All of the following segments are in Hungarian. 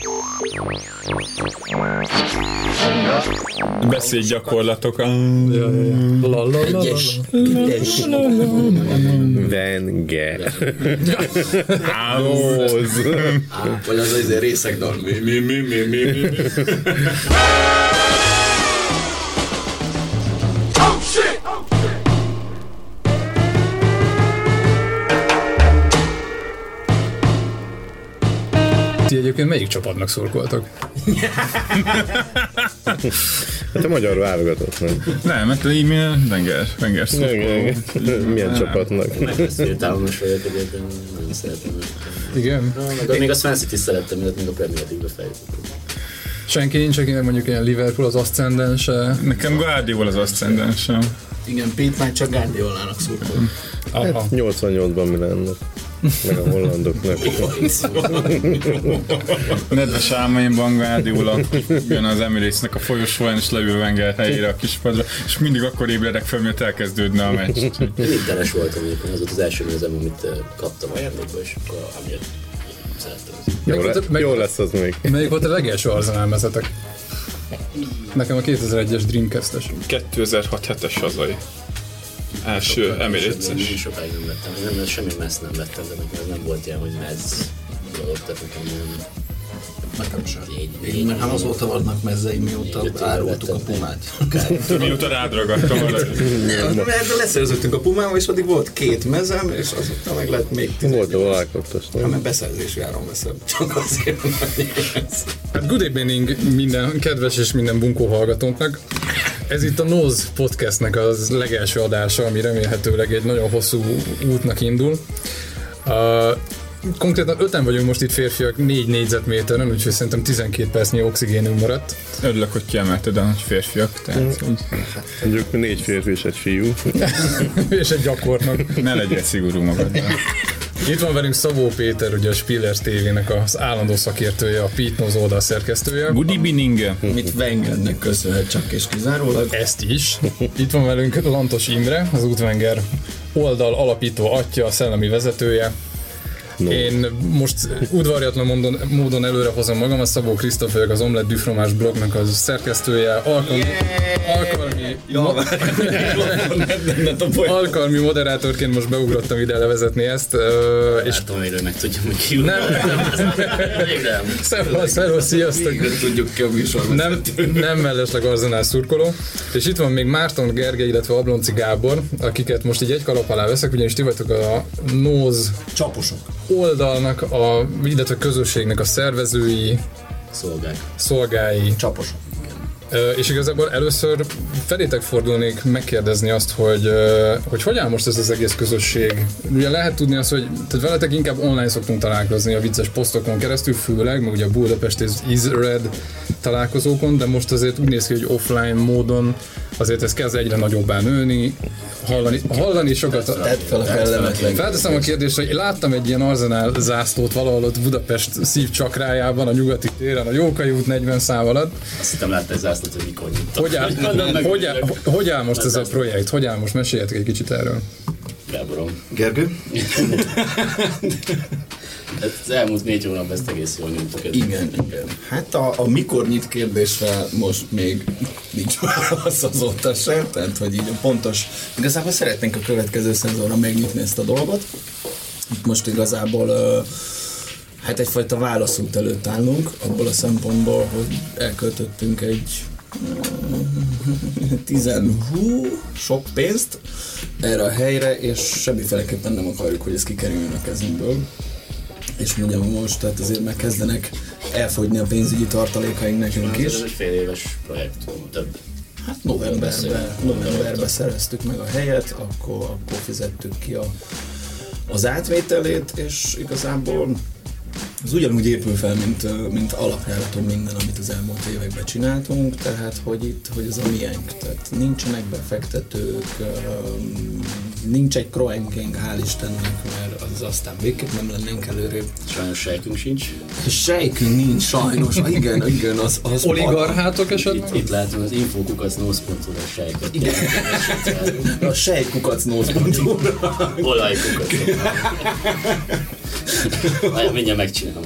Beszédgyakorlatok. Egyes. Wenger. Vagy az részegdal. Mi. Ti egyébként melyik csapatnak szurkoltok? Hát a magyar válogatottnak. Nem, mert e-mail Wenger szurkoló. Milyen csapatnak? Megféltálmos vagyok egyébként, nagyon szeretem. Igen? Még a Man City szerettem, mert még a Premier League-be fejlődtem. Senki nincs, akinek mondjuk ilyen Liverpool az aszcendense. Nekem Guardiola az aszcendense. Igen, Pete már csak Guardiolának szurkol. Hát 88-ban mi lenne? Meg a hollandoknak. Nedves álmaimban Guardiola jön az Emirates-nek a folyosóján, és leül Wenger helyére a kispadra, és mindig akkor ébredek fel, miért elkezdődne a meccs. Interes voltam egyébként, az volt az első mézem, amit kaptam ajándékba, és akkor amiért szerettem. Jó lesz az még. Melyik volt a legelső Arsenal mezetek? Nekem a 2001-es Dreamcast-es. 2006 7-es hazai. Első Emirates-es. Én sokáig nem vettem, nem, semmi messz nem vettem, de nekem ez nem volt ilyen, hogy mezz dolog, tehát nekem sem. Én nekem azóta vannak mezzeim, mióta árultuk a Pumát. Mióta rád ragadtam valaki. Mert leszerződtünk a Pumával, és addig volt 2 mezem, és azóta meg lett még 10. Volt a válogatottás, nem? Mert beszerzési áron veszem, csak azért Hát good evening minden kedves és minden bunkó hallgatónknak. Ez itt a Nose podcastnek az legelső adása, ami remélhetőleg egy nagyon hosszú útnak indul. Konkrétan 5-en vagyunk most itt férfiak 4 négyzetméteren, úgyhogy szerintem 12 percnyi oxigénünk maradt. Örülök, hogy kiemelted a férfiak. Tehát, Mondjuk 4 férfi és egy fiú. És egy gyakornok. ne legyél szigorú magaddal. Itt van velünk Szabó Péter, ugye a Spiller TV-nek az állandó szakértője, a Pete Nose oldal szerkesztője. Good evening. Mit Wengernek köszönhet csak és kizárólag. Ezt is. Itt van velünk Lantos Imre, az Útvenger oldal alapító atya, szellemi vezetője. No. Én most udvarjatlan módon előre hozom magam, a Szabó Krisztóf vagyok, az Omelette du Fromage blognak az szerkesztője, alkalmi moderátorként most beugrottam ide levezetni ezt. És tudom, meg tudjam, hogy ki Szervusz, sziasztok! Tudjuk ki a műsorban. Nem mellesleg Arsenal szurkoló. És itt van még Márton Gergely, illetve Ablonci Gábor, akiket most így egy kalap alá veszek, ugyanis ti vagytok a Nose csaposok oldalnak, illetve közösségnek a szervezői, szolgái. Csaposok. És igazából először felétek fordulnék megkérdezni azt, hogy áll most ez az egész közösség. Ugye lehet tudni azt, hogy tehát veletek inkább online szoktunk találkozni a vicces posztokon keresztül, főleg, meg ugye a Budapest is Red találkozókon, de most azért úgy néz ki, hogy offline módon azért ez kezd egyre nagyobbá nőni, hallani sokat. Tedd fel a kellemetlen. Felteszem a kérdést, hogy láttam egy ilyen Arsenal zászlót valahol ott Budapest szívcsakrájában, a nyugati téren, a Jókai út 40 szám alatt. Azt hittem látta egy zászlót, hogy mikor nyitottak. Hogy áll most ez a projekt? Hogy áll most? Meséljetek egy kicsit erről. Gáborom. Gergő? Az elmúlt 4 hónap ezt egész jól nyújtok. Igen. Hát a mikor nyit kérdésre most még nincs válasz azóta sem, tehát hogy így a pontos. Igazából szeretnénk a következő szezonra megnyitni ezt a dolgot. Itt most igazából hát egyfajta válaszút előtt állunk, abból a szempontból, hogy elköltöttünk egy sok pénzt erre a helyre, és semmiféleképpen nem akarjuk, hogy ez kikerüljön a kezünkből. És ugye most, tehát azért megkezdenek elfogyni a pénzügyi tartalékaink nekünk is. Ez egy fél éves projekt, több. Hát novemberben szereztük meg a helyet, akkor fizettük ki az átvételét, és igazából az ugyanúgy épül fel, mint alapjáraton minden, amit az elmúlt években csináltunk, tehát hogy ez a miénk, tehát nincsenek befektetők, nincs egy Kroenking, hál' Istennek, mert az aztán végképp nem lennénk előrébb. Sajnos sejkünk sincs. Sejkünk nincs, sajnos, igen, az oligarchátok esetleg? Itt látom az infokukacnose.hu a sejket. Igen. A sejkukacnose.hu. Olajkukac. Olyan, mindjárt megcsinálom.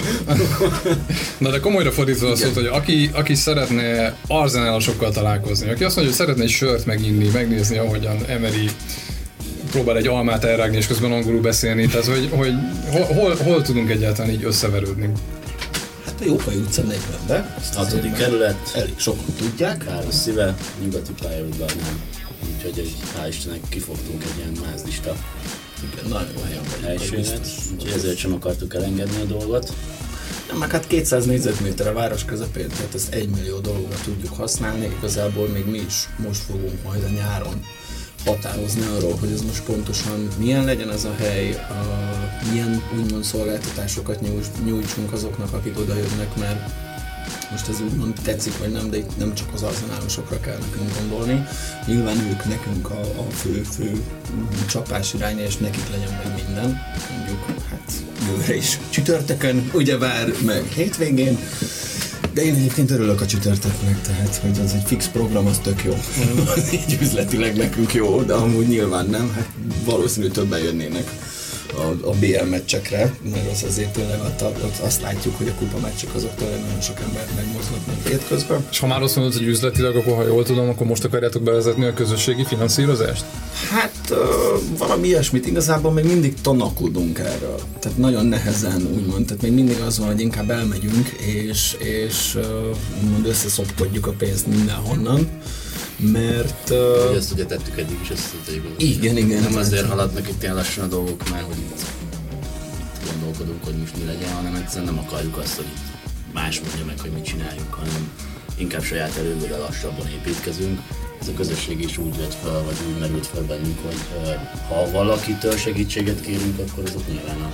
Na de komolyra fordítva azt mondta, hogy aki szeretne arzenálosokkal találkozni, aki azt mondja, hogy szeretne egy sört meginni, megnézni, ahogyan Emery próbál egy almát elrágni és közben angolul beszélni, tehát hogy hol tudunk egyáltalán így összeverődni? Hát a Jókai utca 40-ben. 6. kerület. Elég sokan tudják. Káros szíve, nyugati pályaudvar nem. Úgyhogy hál' Istennek kifogtunk egy ilyen mázlista Igen, nagyon jó helyen vagy. helységet, úgyhogy ezért sem akartuk elengedni a dolgot. Nem, meg hát 200 négyzetméter a város közepén, tehát ezt 1 millió dologra tudjuk használni, igazából még mi is most fogunk majd a nyáron határozni arról, hogy ez most pontosan milyen legyen ez a hely, milyen úgymond szolgáltatásokat nyújtsunk azoknak, akik oda jönnek, mert most ez úgymond tetszik vagy nem, de itt nem csak az arzenálosokra kell nekünk gondolni. Nyilván ők nekünk a fő csapás iránya, és nekik legyen meg minden. Mondjuk, hát jövőre is csütörtökön, ugyebár, meg hétvégén. De én egyébként örülök a csütörtöknek, tehát hogy az egy fix program, az tök jó. Így üzletileg nekünk jó, de amúgy nyilván nem, hát valószínű többen jönnének a BL meccsekre, mert az azért tényleg azt látjuk, hogy a kupa meccsek azok tényleg nagyon sok embert megmozgatnak hétközben. És ha már azt mondod, hogy üzletileg, akkor ha jól tudom, akkor most akarjátok bevezetni a közösségi finanszírozást? Hát valami ilyesmit, igazából még mindig tanakodunk erről. Tehát nagyon nehezen úgymond, tehát még mindig az van, hogy inkább elmegyünk, és úgymond összeszopkodjuk a pénzt mindenhonnan. Mert... Ezt ugye tettük eddig is, ezt igen. Nem azért haladnak itt ilyen lassan a dolgok, mert hogy itt gondolkodunk, hogy most mi legyen, hanem egyszerűen nem akarjuk azt, hogy más mondja meg, hogy mit csináljunk, hanem inkább saját erőből lassabban építkezünk. Ez a közösség is úgy jött fel, vagy úgy merült fel bennünk, hogy ha valakitől segítséget kérünk, akkor azok nyilván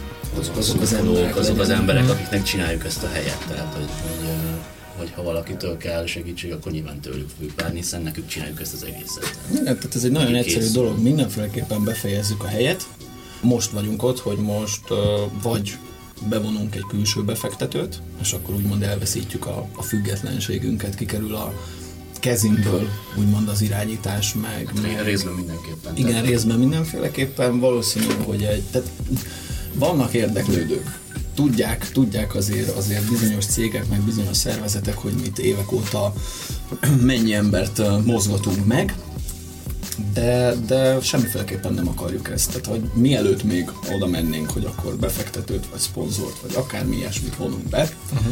azok az emberek, akiknek csináljuk ezt a helyet. Tehát, hogy ha valakitől kell segítség, akkor nyilván tőlük fogjuk várni, hiszen nekünk csináljuk ezt az egészet. Igen, tehát ez egy nagyon egyszerű dolog, mindenféleképpen befejezzük a helyet. Most vagyunk ott, hogy most vagy bevonunk egy külső befektetőt, és akkor úgymond elveszítjük a függetlenségünket, kikerül a kezünkből úgymond az irányítás, meg részben mindenképpen. Igen, részben mindenféleképpen, valószínű, hogy tehát vannak érdeklődők. Tudják azért bizonyos cégek, meg bizonyos szervezetek, hogy mi itt évek óta mennyi embert mozgatunk meg, de semmiféleképpen nem akarjuk ezt. Tehát, hogy mielőtt még oda mennénk, hogy akkor befektetőt, vagy szponzort, vagy akármi ilyesmit vonunk be,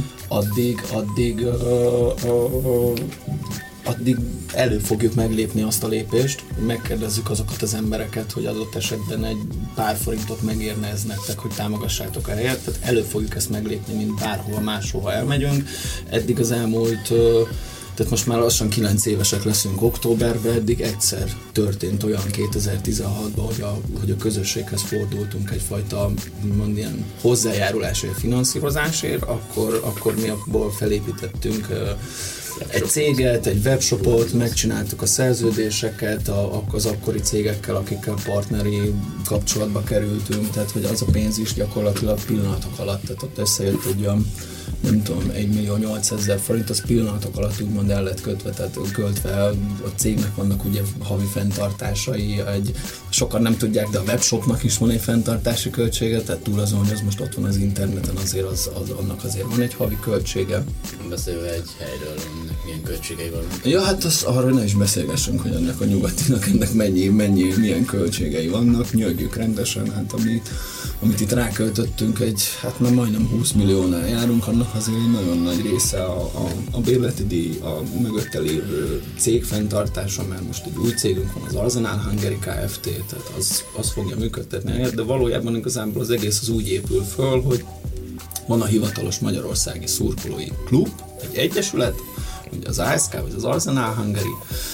addig elő fogjuk meglépni azt a lépést, hogy megkérdezzük azokat az embereket, hogy adott esetben egy pár forintot megérne ez nektek, hogy támogassátok a helyet, tehát elő fogjuk ezt meglépni, mint bárhova máshova elmegyünk. Eddig az elmúlt, tehát most már lassan 9 évesek leszünk októberben, eddig egyszer történt olyan 2016-ban, hogy a közösséghez fordultunk egyfajta ilyen hozzájárulásért, finanszírozásért, akkor mi abból felépítettünk egy céget, egy webshopot, megcsináltuk a szerződéseket az akkori cégekkel, akikkel partneri kapcsolatba kerültünk, tehát hogy az a pénz is gyakorlatilag pillanatok alatt, tehát ott összejött egy olyan, nem tudom, 1.800.000 forint, az pillanatok alatt úgymond el lett kötve, tehát költve, a cégnek vannak ugye havi fenntartásai, sokan nem tudják, de a webshopnak is van egy fenntartási költsége, tehát túl azon, hogy az most ott van az interneten, azért annak azért van egy havi költsége. Beszélve egy helyről, milyen költségei vannak. Ja, hát arról ne is beszélgessünk, hogy ennek a nyugatinak ennek milyen költségei vannak, nyögjük rendesen, hát amit itt ráköltöttünk, hát már majdnem 20 milliónál járunk, annak azért egy nagyon nagy része a bérleti díj, a mögötte lévő cég fenntartása, mert most egy új cégünk van, az Arsenal Hungary Kft., tehát az fogja működtetni, de valójában igazából az egész az úgy épül föl, hogy van a hivatalos magyarországi szurkolói klub, egy egyesület, ugye az ASK, vagy az Arsenal Hungary,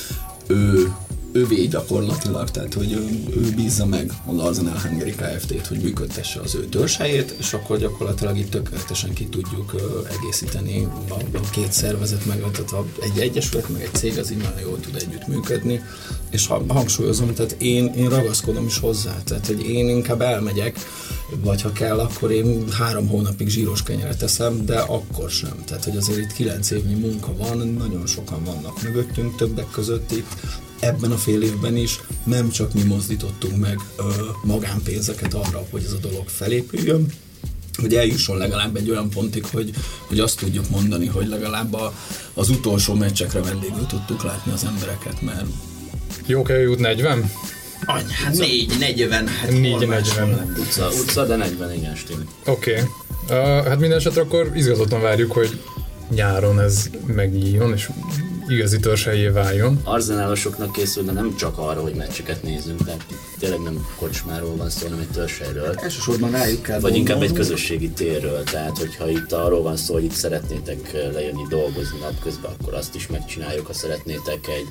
ővé gyakorlatilag, tehát hogy ő bízza meg az Arsenal Hungary Kft-t, hogy működtesse az ő törzshelyét, és akkor gyakorlatilag itt tökéletesen ki tudjuk egészíteni a két szervezet, meg tehát egy egyesület, meg egy cég az így nagyon jól tud együttműködni, és hangsúlyozom, tehát én ragaszkodom is hozzá, tehát hogy én inkább elmegyek, vagy ha kell, akkor én 3 hónapig zsíros kenyeret eszem, de akkor sem. Tehát, hogy azért itt 9 évnyi munka van, nagyon sokan vannak mögöttünk, többek között itt ebben a fél évben is nem csak mi mozdítottunk meg magánpénzeket arra, hogy ez a dolog felépüljön, hogy eljusson legalább egy olyan pontig, hogy azt tudjuk mondani, hogy legalább az utolsó meccsekre vendégül tudtuk látni az embereket, mert... Jókai út 40? Hát 4-40, hát 4-40. Utca, de 40, igen, stíl. Oké. Hát minden esetre akkor izgatottan várjuk, hogy nyáron ez megnyíljon, és igazi törzshelyé váljon. Arzenálosoknak készül, de nem csak arra, hogy meccseket nézünk, de tényleg nem kocsmáról van szó, hanem egy törzshelyről. Elsősorban rájuk kell vagy inkább egy közösségi térről, tehát hogyha itt arról van szó, hogy itt szeretnétek lejönni dolgozni napközben, akkor azt is megcsináljuk, ha szeretnétek egy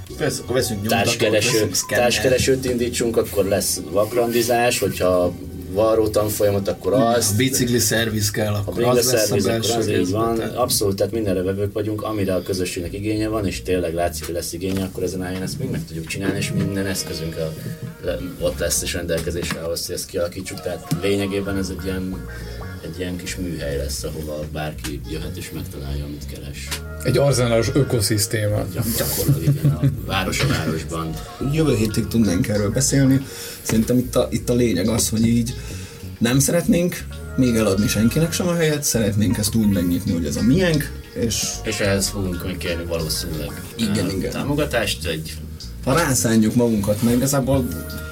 társkeresőt indítsunk, akkor lesz vakrandizás, hogyha varró tanfolyamat, akkor az. A bicikli szerviz kell, akkor az lesz a belső így van. Abszolút, tehát mindenre vevők vagyunk, amire a közösségnek igénye van, és tényleg látszik, hogy lesz igénye, akkor ezen álljon ezt még meg tudjuk csinálni, és minden eszközünk ott lesz és rendelkezésre ahhoz, hogy ezt kialakítsuk. Tehát lényegében ez egy ilyen kis műhely lesz, ahova bárki jöhet és megtalálja, amit keres. Egy arzenálos ökoszisztéma. Gyakorlatilag igen, a városban. Jövő hétig tudnánk erről beszélni. Szerintem itt a lényeg az, hogy így nem szeretnénk még eladni senkinek sem a helyet, szeretnénk ezt úgy megnyitni, hogy ez a miénk, és ehhez fogunk még kérni valószínűleg igen. támogatást. Ha rászánjuk magunkat, meg igazából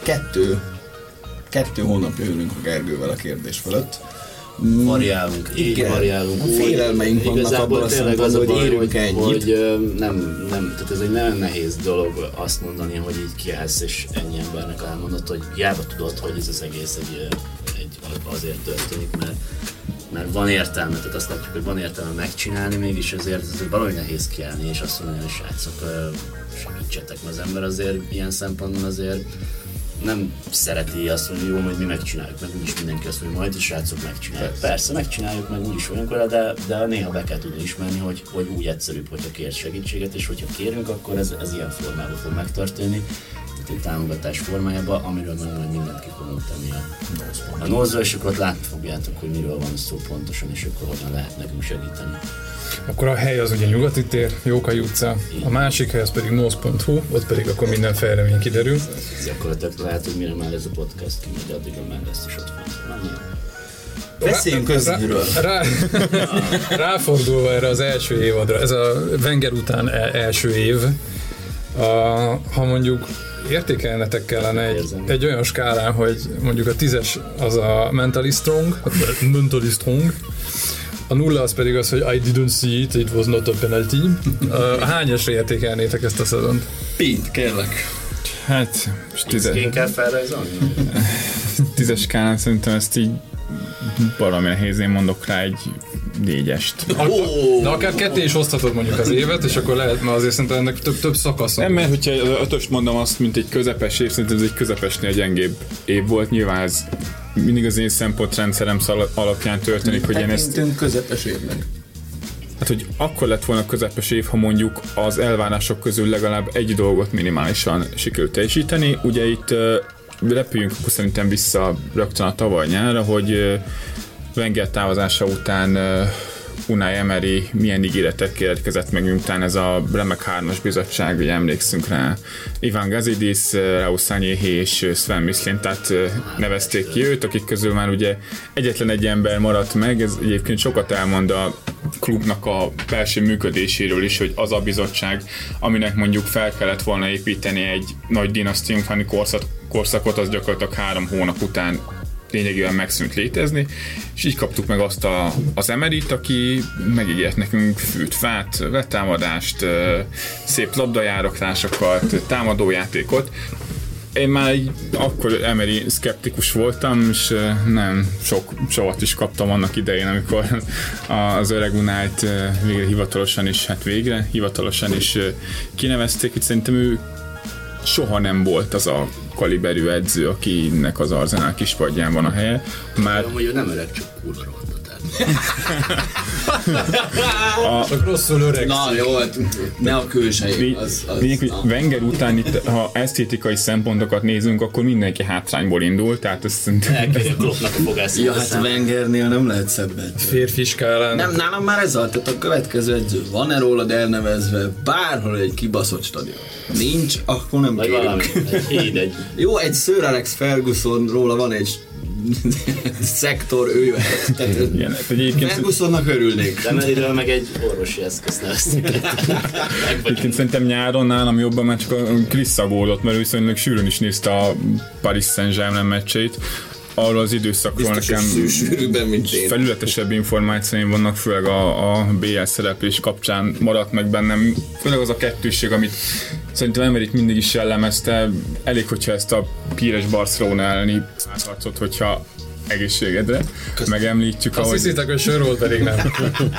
kettő hónapja ülünk a Gergővel a kérdés fölött. Variálunk, félelmeink vannak abban a szempontból, hogy érünk ennyit. Hogy tehát ez egy nagyon nehéz dolog azt mondani, hogy így kiállsz és ennyi embernek elmondod, hogy hiába tudod, hogy ez az egész azért történik, mert van értelme, tehát azt látjuk, hogy van értelme megcsinálni, mégis azért ez valahogy nehéz kiállni, és azt mondani, hogy srácok, segítsetek, mert az ember azért ilyen szempontból azért nem szereti azt, hogy jó, hogy mi megcsináljuk, meg úgyis mindenki azt mondja, majd a srácok megcsináljuk. Persze megcsináljuk, meg úgyis vagyunk vele, de néha be kell tudni ismerni, hogy úgy egyszerűbb, hogyha kér segítséget, és hogyha kérünk, akkor ez ilyen formában fog megtörténni. Egy támogatás formájában, amiről nagyon mindent ki fogunk tenni a Nózról, és akkor látni fogjátok, hogy miről van szó pontosan, és akkor hogyan lehet nekünk segíteni. Akkor a hely az ugye Nyugati tér, Jókai utca, a másik hely az pedig noz.hu, ott pedig akkor minden fejlemény kiderül. Gyakorlatilag lehet, hogy mire már ez a podcast kimegy, addig már lesz is ott van. Beszéljünk közülről. Ráfordulva erre az első évadra, ez a Wenger után első év, ha mondjuk értékelnetek kellene egy olyan skálán, hogy mondjuk a 10-es az a mentally strong, a 0 az pedig az, hogy I didn't see it, it was not a penalty. Hányasra értékelnétek ezt a szezont? Pint, kérlek. Hát, most 10-es kell felrajzolni? 10-es skálán szerintem ezt így valami nehéz, én mondok rá egy 4-est. De akár ketté is oszthatod mondjuk az évet, és akkor lehet, mert azért szerintem ennek több szakasz. Nem, mert hogyha az 5-öst mondom azt, mint egy közepes év, szerintem ez egy közepesnél gyengébb év volt. Nyilván ez mindig az én szempontrendszerem alapján történik, hogy én ezt... közepes évnek. Hát, hogy akkor lett volna közepes év, ha mondjuk az elvárások közül legalább egy dolgot minimálisan sikerült teljesíteni. Ugye itt repüljünk akkor szerintem vissza rögtön a tavaly nyárra, hogy Wenger távozása után Unai Emery milyen ígéretek érkezett meg, miután ez a remek 3-as bizottság, ugye emlékszünk rá, Ivan Gazidis, Raúl Sanjéhi és Sven Mislint, tehát nevezték ki őt, akik közül már ugye egyetlen egy ember maradt meg, ez egyébként sokat elmond a klubnak a belső működéséről is, hogy az a bizottság, aminek mondjuk fel kellett volna építeni egy nagy dinasztiumfani korszakot, az gyakorlatilag 3 hónap után lényegében megszűnt létezni, és így kaptuk meg azt az Emeryt, aki megígért nekünk fűt, fát, letámadást, szép labdajáratásokat, támadójátékot. Én már akkor Emery szkeptikus voltam, és nem sok savat is kaptam annak idején, amikor az öreg Unait hivatalosan is kinevezték, hogy szerintem ő soha nem volt az a kaliberű edző, akinek az Arsenal kispadján van a helye. Már... Hogy ő nem öreg, csak kurva rohadt. Csak rosszul öreg. Na jó, ne a külsejük. Hogy Wenger után itt, ha esztétikai szempontokat nézünk, akkor mindenki hátrányból indul, tehát ezt szerintem... Elkerül Kloppnak a fogászat. Ja, hát Wengernél nem lehet szebbet. Férfi skálán. Nem, nálam már ez a, tehát a következő edző van-e rólad elnevezve bárhol egy kibaszott stadion? Nincs, akkor nem kérünk. Egy Jó, egy Sir Alex Ferguson róla van egy szektor, ő jöhet. Fergusonnak örülnék. De Emeryről meg egy orvosi eszközt nevezték. Egyébként szerintem nyáron nálam jobban már csak a Chris szagódott, mert viszonylag sűrűn is nézte a Paris Saint-Germain meccsét. Arról az időszakról nekem felületesebb információim vannak, főleg a BL szereplés kapcsán maradt meg bennem. Főleg az a kettősség, amit szerintem Emeryt mindig is jellemezte. Elég, hogyha ezt a píres Barcelona elleni átharcot, hogyha egészségedre megemlítjük. Azt hiszitek, hogy sör volt, pedig nem.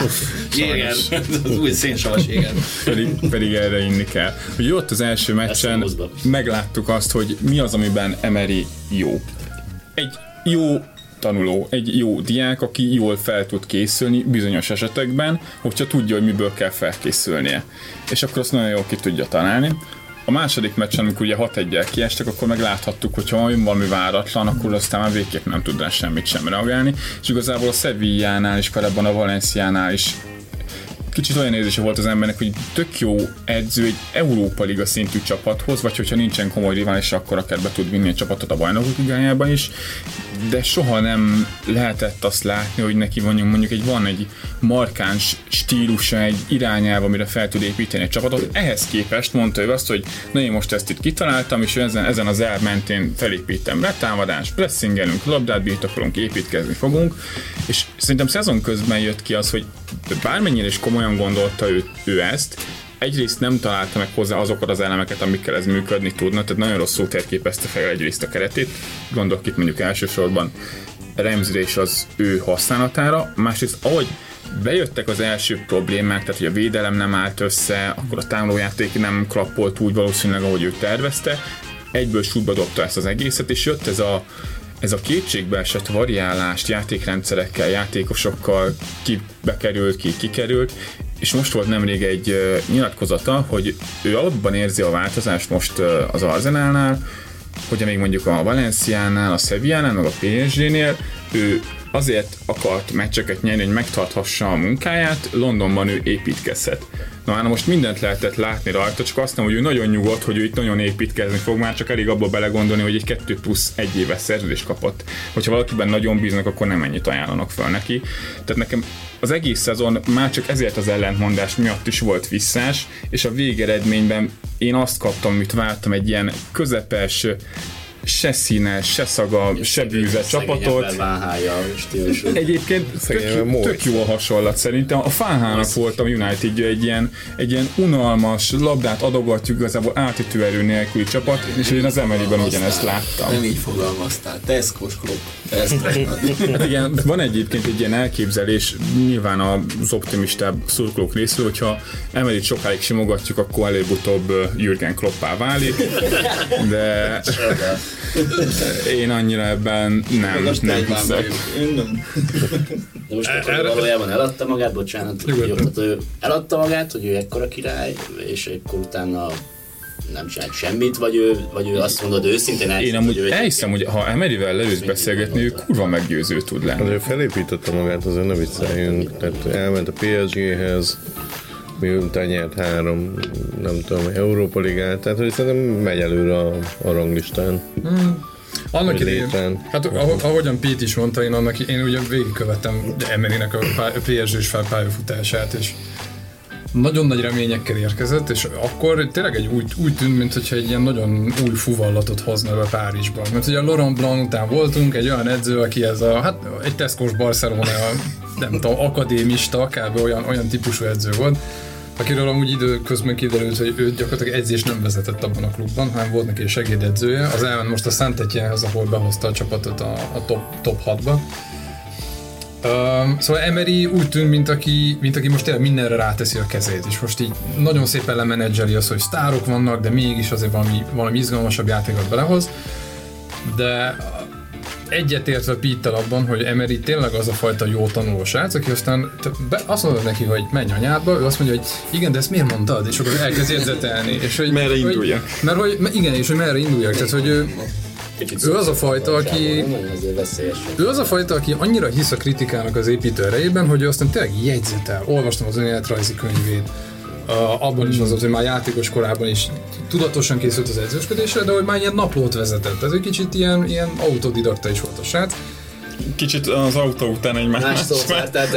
Igen, az új szénsavas, igen. Pedig erre inni kell. Ugye ott az első meccsen megláttuk azt, hogy mi az, amiben Emery jó. Egy jó tanuló, egy jó diák, aki jól fel tud készülni bizonyos esetekben, hogyha tudja, hogy miből kell felkészülnie. És akkor azt nagyon jól ki tudja találni. A második meccsen, amikor ugye 6-1-jel kiestek, akkor meg láthattuk, hogy ha valami váratlan, akkor aztán már végképp nem tud rá semmit sem reagálni. És igazából a Sevillánál és korábban a Valenciánál is kicsit olyan érzése volt az embernek, hogy tök jó edző egy Európa Liga szintű csapathoz, vagy hogyha nincsen komoly rivális, akkor akár be tud vinni a csapatot a Bajnokok Ligájában is, de soha nem lehetett azt látni, hogy neki mondjuk van egy markáns stílusa, egy irányába, amire fel tud építeni egy csapatot. Ehhez képest mondta ő azt, hogy na én most ezt itt kitaláltam, és ezen az elv mentén felépítem rá, támadás, pressingelünk, labdát birtokolunk, építkezni fogunk, és szerintem szezon közben jött ki az, hogy bármennyire is komolyan gondolta ő ezt, egyrészt nem találta meg hozzá azokat az elemeket, amikkel ez működni tudna, tehát nagyon rosszul térképezte fel egyrészt a keretét, gondolok itt mondjuk elsősorban Ramsey és az ő használatára, másrészt ahogy bejöttek az első problémák, tehát hogy a védelem nem állt össze, akkor a támadójáték nem klappolt úgy valószínűleg, ahogy ő tervezte, egyből sútba dobta ezt az egészet, és jött ez a kétségbe esett variálást játékrendszerekkel, játékosokkal, ki bekerült, ki kikerült, és most volt nemrég egy nyilatkozata, hogy ő alapban érzi a változást most az Arsenalnál, hogy még mondjuk a Valenciánál, a Sevillánál, meg a PSG-nél ő azért akart meccseket nyerni, hogy megtarthassa a munkáját, Londonban ő építkezhet. Na már most mindent lehetett látni rajta, csak azt nem, hogy ő nagyon nyugodt, hogy ő itt nagyon építkezni fog, már csak elég abba belegondolni, hogy egy 2+1 éves szerződést kapott. Hogyha valakiben nagyon bíznak, akkor nem ennyit ajánlanak fel neki. Tehát nekem az egész szezon már csak ezért az ellentmondás miatt is volt visszás, és a végeredményben én azt kaptam, amit vártam, egy ilyen közepes, se színes, se szaga, se bűze csapatot. Egyébként tök jó a hasonlat szerintem. A Fáhának volt a United egy ilyen unalmas, labdát adogatjuk, igazából átütő erő nélküli csapat, és én az Emeryben ugyanezt láttam. Nem így fogalmaztál. Tesco-s klub. Hát igen, van egyébként egy ilyen elképzelés, nyilván az optimistább szurkolók részéről, hogyha Emeryt sokáig simogatjuk, akkor előbb-utóbb Jürgen Kloppá válik, de én annyira ebben nem hiszek. De most valójában eladta magát, bocsánat, ő eladta magát, hogy ő ekkora király, és akkor utána nem csinált semmit, vagy ő azt mondod őszintén én amúgy elhiszem, hogy ha Emeryvel leülsz beszélgetni, ő kurva meggyőző tud lenni. Hát ő felépítette magát, azért ne vicceljünk. Tehát elment a PSG-hez, miután nyert 3, nem tudom, Európa Ligát, tehát hogy szerintem megy előre a ranglistán. Annak idején, hát ahogyan Pete is mondta, én ugye végigkövettem Emerynek a PSG-s felpályafutását, és nagyon nagy reményekkel érkezett, és akkor tényleg úgy tűnt, mintha egy ilyen nagyon új fuvallatot hozna be Párizsban. Mert ugye a Laurent Blanc után voltunk, egy olyan edző, aki egy Tesco-s Barcelona, nem tudom, akadémista, kb. olyan típusú edző volt, akiről amúgy időközben kiderült, hogy ő gyakorlatilag edzést nem vezetett abban a klubban, hanem volt neki egy segédedzője. Az elment most a Saint-Étiennehez, ahol behozta a csapatot a top 6-ba. Szóval Emery úgy tűnt, mint aki most tényleg mindenre ráteszi a kezét, és most így nagyon szépen lemenedzseli azt, hogy sztárok vannak, de mégis azért valami izgalmasabb játékot belehoz. De egyetértve Pete-tel abban, hogy Emery tényleg az a fajta jó tanuló srác, aki aztán azt mondod neki, hogy menj anyádba, ő azt mondja, hogy igen, de ezt miért mondtad? És akkor elkezd jegyzetelni. És hogy merre induljak? Igen, és hogy merre induljak. Tehát, hogy ő az a fajta, aki annyira hisz a kritikának az építő erejében, hogy ő aztán tényleg jegyzetel. Olvastam az önéletrajzi könyvét, abban is az, hogy már játékos korában is tudatosan készült az edzősködésre, de hogy már ilyen naplót vezetett. Ez egy kicsit ilyen autodidakta is volt a srác. kicsit az autó után egy Más szót vártál,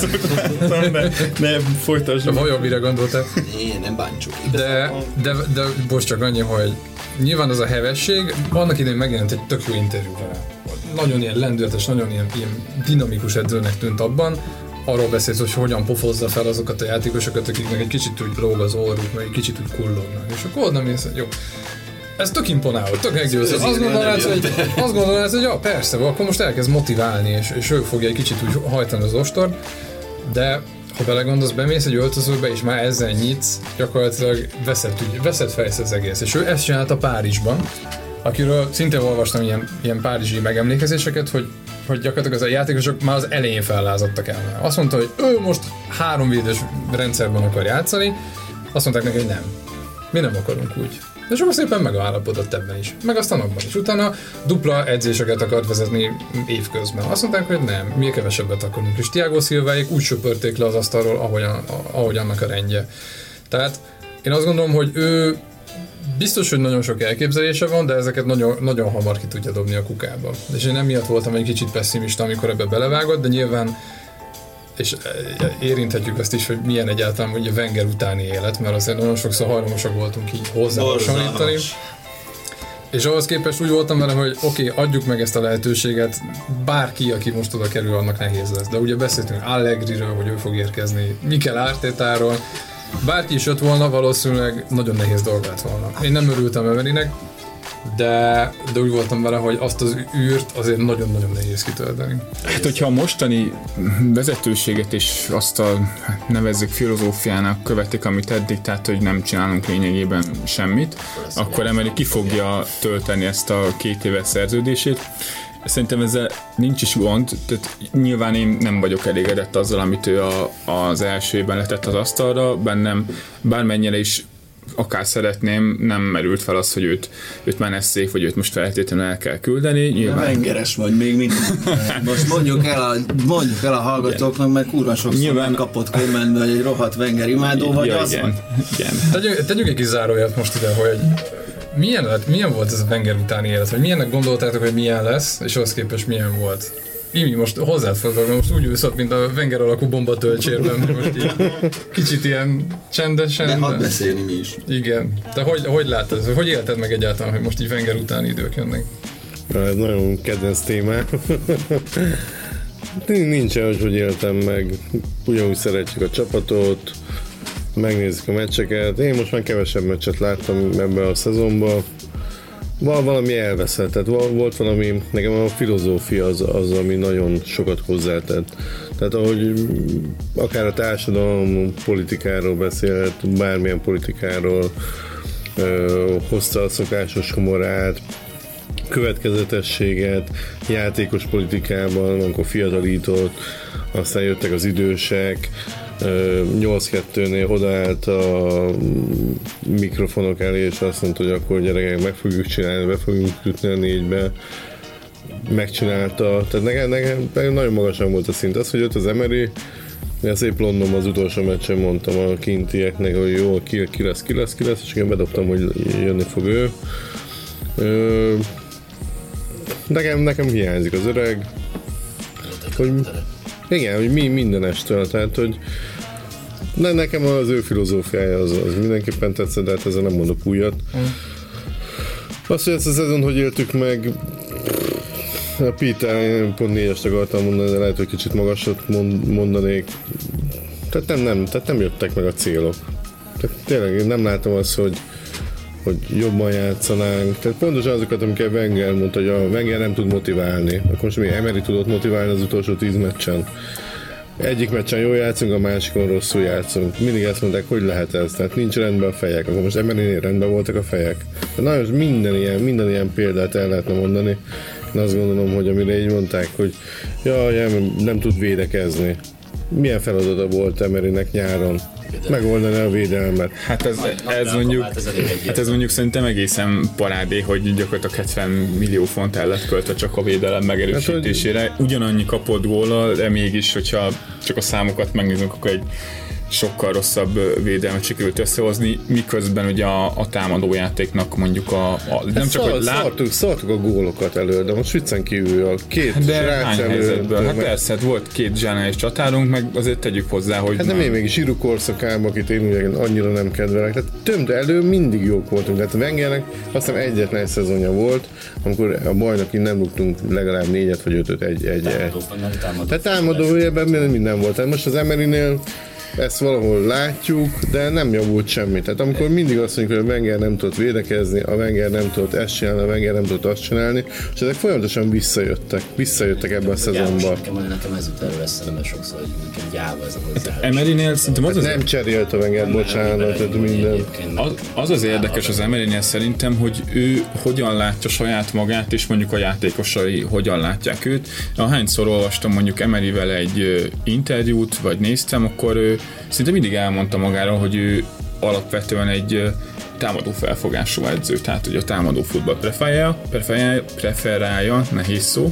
de folytasd. A vajon gondoltál? Én nem bántsuk. De most csak annyi, hogy nyilván az a hevesség, annak idején megjelent egy tök jó interjú vele. Nagyon ilyen lendületes, nagyon ilyen dinamikus edzőnek tűnt abban. Arról beszélsz, hogy hogyan pofozza fel azokat a játékosokat, akiknek egy kicsit úgy lóg az orruk, meg egy kicsit úgy kullognak. És akkor oda mész, hogy jó. Ez tök imponáló, tök meggyőző. Azt gondolod, hogy ja, persze, akkor most elkezd motiválni, és ő fogja egy kicsit úgy hajtani az ostort, de ha belegondolsz, bemész egy öltözőbe, és már ezzel nyitsz, gyakorlatilag veszett fejsz az egész. És ő ezt csinálta Párizsban, akiről szintén olvastam ilyen párizsi megemlékezéseket, hogy gyakorlatilag az a játékosok már az elején fellázadtak el. Azt mondta, hogy ő most 3 védős rendszerben akar játszani, azt mondták neki, hogy nem. Mi nem akarunk úgy. És akkor szépen megállapodott ebben is, meg aztán abban is. Utána dupla edzéseket akart vezetni évközben. Azt mondták, hogy nem, mi kevesebbet akarunk. És Thiago Silváék úgy söpörték le az asztalról, ahogy annak a rendje. Tehát én azt gondolom, hogy ő biztos, hogy nagyon sok elképzelése van, de ezeket nagyon, nagyon hamar ki tudja dobni a kukába. És én emiatt voltam egy kicsit pessimista, amikor ebbe belevágott, de nyilván és érinthetjük azt is, hogy milyen egyáltalán ugye Wenger utáni élet, mert azért nagyon sokszor hajlamosak voltunk így hozzá hasonlítani. És ahhoz képest úgy voltam vele, hogy oké, adjuk meg ezt a lehetőséget, bárki, aki most oda kerül, annak nehéz lesz. De ugye beszéltünk Allegriről, hogy ő fog érkezni, Mikel Artetáról, bárki is jött volna, valószínűleg nagyon nehéz dolga lett volna. Én nem örültem Emerynek, de úgy voltam vele, hogy azt az űrt azért nagyon-nagyon nehéz kitölteni. Hát, hogyha a mostani vezetőséget és azt a nevezzük filozófiának követik, amit eddig, tehát, hogy nem csinálunk lényegében semmit, akkor Emery ki fogja tölteni ezt a 2 éves szerződését. Szerintem ezzel nincs is gond, tehát nyilván én nem vagyok elégedett azzal, amit ő az első évben letett az asztalra, bennem bármennyire is akár szeretném, nem merült fel az, hogy őt menesszék, vagy őt most feltétlenül el kell küldeni. Nyilván... Vengeres vagy még mindig. Most mondjuk el a hallgatóknak, mert kurva sokszor nyilván... kapott kommentben, hogy egy rohadt Wenger imádó vagy, ja, az igen, vagy. Igen. Tegyük egy kis záróját most ide, hogy milyen volt ez a Wenger utáni élet, vagy milyennek gondoltátok, hogy milyen lesz, és ahhoz képest milyen volt? Imi, most hozzád fordulok, most úgy ülsz ott, mint a Wenger alakú bombatölcsérben, most így kicsit ilyen csendesen. De hadd beszélni mi is. Igen. De hogy látod, hogy élted meg egyáltalán, hogy most így Wenger utáni idők jönnek? Ez nagyon kedvenc témám. Nincsen, hogy éltem meg. Ugyanúgy szeretjük a csapatot, megnézzük a meccseket. Én most már kevesebb meccset láttam ebben a szezonban. Valami elveszett, tehát volt valami, nekem a filozófia az, ami nagyon sokat hozzátett. Tehát ahogy akár a társadalom politikáról beszélt, bármilyen politikáról, hozta a szokásos humorát, következetességet, játékos politikában, amikor fiatalított, aztán jöttek az idősek, 8-2-nél odaállt a mikrofonok elé, és azt mondta, hogy akkor gyerekek, meg fogjuk csinálni, be fogjuk jutni a 4-be. Megcsinálta. Tehát nekem nagyon magasan volt a szint. Az, hogy jött az Emery, szép Londonban az utolsó meccsen mondtam a kintieknek, hogy jó, ki lesz, és én bedobtam, hogy jönni fog ő. Nekem hiányzik az öreg. Hogy igen, hogy minden estől, tehát, hogy nekem az ő filozófiája az mindenképpen tetszett, de hát ezzel nem mondok újat. Azt, hogy ezt a szezon hogy éltük meg, a Peter, én pont 4-est akartam mondani, de lehet, hogy kicsit magasat mondanék. Tehát nem jöttek meg a célok. Tehát tényleg nem látom azt, hogy jobban játszanánk. Tehát pontosan azokat, amiket Wenger mondta, hogy a Wenger nem tud motiválni. Akkor most mi Emery tudott motiválni az utolsó 10 meccsen. Egyik meccsen jól játszunk, a másikon rosszul játszunk. Mindig ezt mondták, hogy lehet ez. Tehát nincs rendben a fejek. Akkor most Emerynél rendben voltak a fejek. Tehát nagyon minden ilyen példát el lehetne mondani. Én azt gondolom, hogy amire így mondták, hogy nem tud védekezni. Milyen feladata volt Emerynek nyáron? Megoldani a védelmet. Hát ez mondjuk szerintem egészen parádé, hogy gyakorlatilag 70 millió font el lett költve csak a védelem megerősítésére. Ugyanannyi kapott góllal, de mégis, hogyha csak a számokat megnézzünk, akkor egy sokkal rosszabb védelmet sikerült összehozni, miközben ugye a támadójátéknak mondjuk nem csak, hogy szartuk a gólokat elő, de most viccen kívül a két srác helyzetből. Hát persze, volt két zsánális csatárunk, meg azért tegyük hozzá, hogy... Hát nem én mégis Iru korszakában, akit én ugye annyira nem kedvelek, tehát több elő mindig jók voltunk, tehát a Wengernek azt hiszem egyetlen egy szezonja volt, amikor a bajnokin nem rúgtunk legalább 4 vagy 5-öt egy. Tehát támadójában minden volt. Tehát most az Emerynél ezt valahol látjuk, de nem javult semmi. Tehát amikor mindig azt mondjuk, hogy a Wenger nem tudott védekezni, a Wenger nem tudott ezt csinálni, a Wenger nem tudott azt csinálni, és ezek folyamatosan visszajöttek ebbe a szezonba. Nekem ez jut elő eszembe sokszor, hogy nekem gyáva ez a hozzáállás. Emerynél szerintem az nem cserélt a Wenger, bocsánat, tehát minden. Az érdekes az Emerynél szerintem, hogy ő hogyan látja saját magát, és mondjuk a játékosai hogyan látják őt. Ahányszor olvastam mondjuk Emeryvel egy interjút, vagy néztem, akkor ő szinte mindig elmondta magáról, hogy ő alapvetően egy támadó felfogású edző, tehát hogy a támadó futball preferálja, nehéz szó.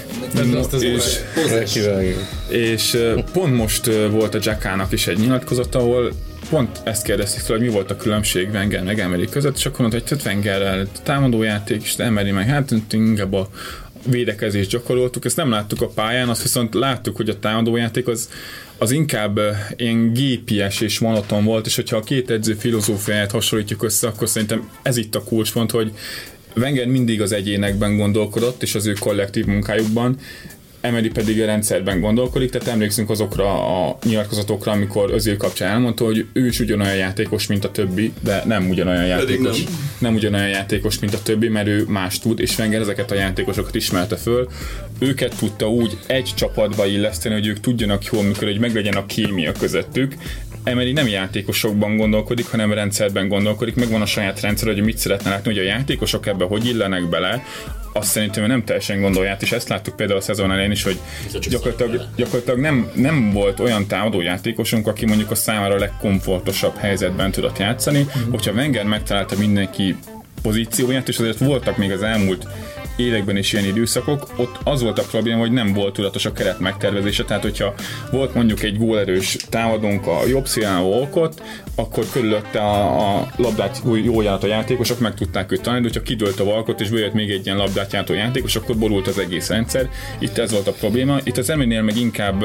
És pont most volt a Xhakának is egy nyilatkozat, ahol pont ezt kérdezték tőle, hogy mi volt a különbség Wenger meg Emery között, és akkor mondta, hogy Wengerrel támadójáték, és Emery meg hát inkább a védekezést gyakoroltuk, ezt nem láttuk a pályán, azt viszont láttuk, hogy a támadójáték az inkább ilyen gépies és monoton volt, és hogyha a két edző filozófiáját hasonlítjuk össze, akkor szerintem ez itt a kulcspont, hogy Wenger mindig az egyénekben gondolkodott, és az ő kollektív munkájukban, Emery pedig a rendszerben gondolkodik, tehát emlékszünk azokra a nyilatkozatokra, amikor Özil kapcsán elmondta, hogy ő is ugyanolyan játékos, mint a többi, de nem ugyanolyan játékos. Nem ugyanolyan játékos, mint a többi, mert ő más tud, és Wenger ezeket a játékosokat ismerte föl. Őket tudta úgy egy csapatba illeszteni, hogy ők tudjanak jól működni, hogy meglegyen a kémia közöttük. Emery nem játékosokban gondolkodik, hanem rendszerben gondolkodik, megvan a saját rendszer, hogy mit szeretne látni, hogy a játékosok ebbe hogy illenek bele, azt szerintem nem teljesen gondolját, és ezt láttuk például a szezon elején is, hogy gyakorlatilag nem volt olyan támadó játékosunk, aki mondjuk a számára a legkomfortosabb helyzetben tudott játszani. Hogyha Wenger megtalálta mindenki pozícióját, és azért voltak még az elmúlt években is ilyen időszakok, ott az volt a probléma, hogy nem volt tudatos a keret megtervezése, tehát hogyha volt mondjuk egy gólerős támadónk a jobb szélán Walcott, akkor körülötte a labdát jól járható játékosok meg tudták őt találni, de hogyha kidőlt a Walcott és bejött még egy ilyen labdát járható játékos, akkor borult az egész rendszer. Itt ez volt a probléma. Itt az Emerynél meg inkább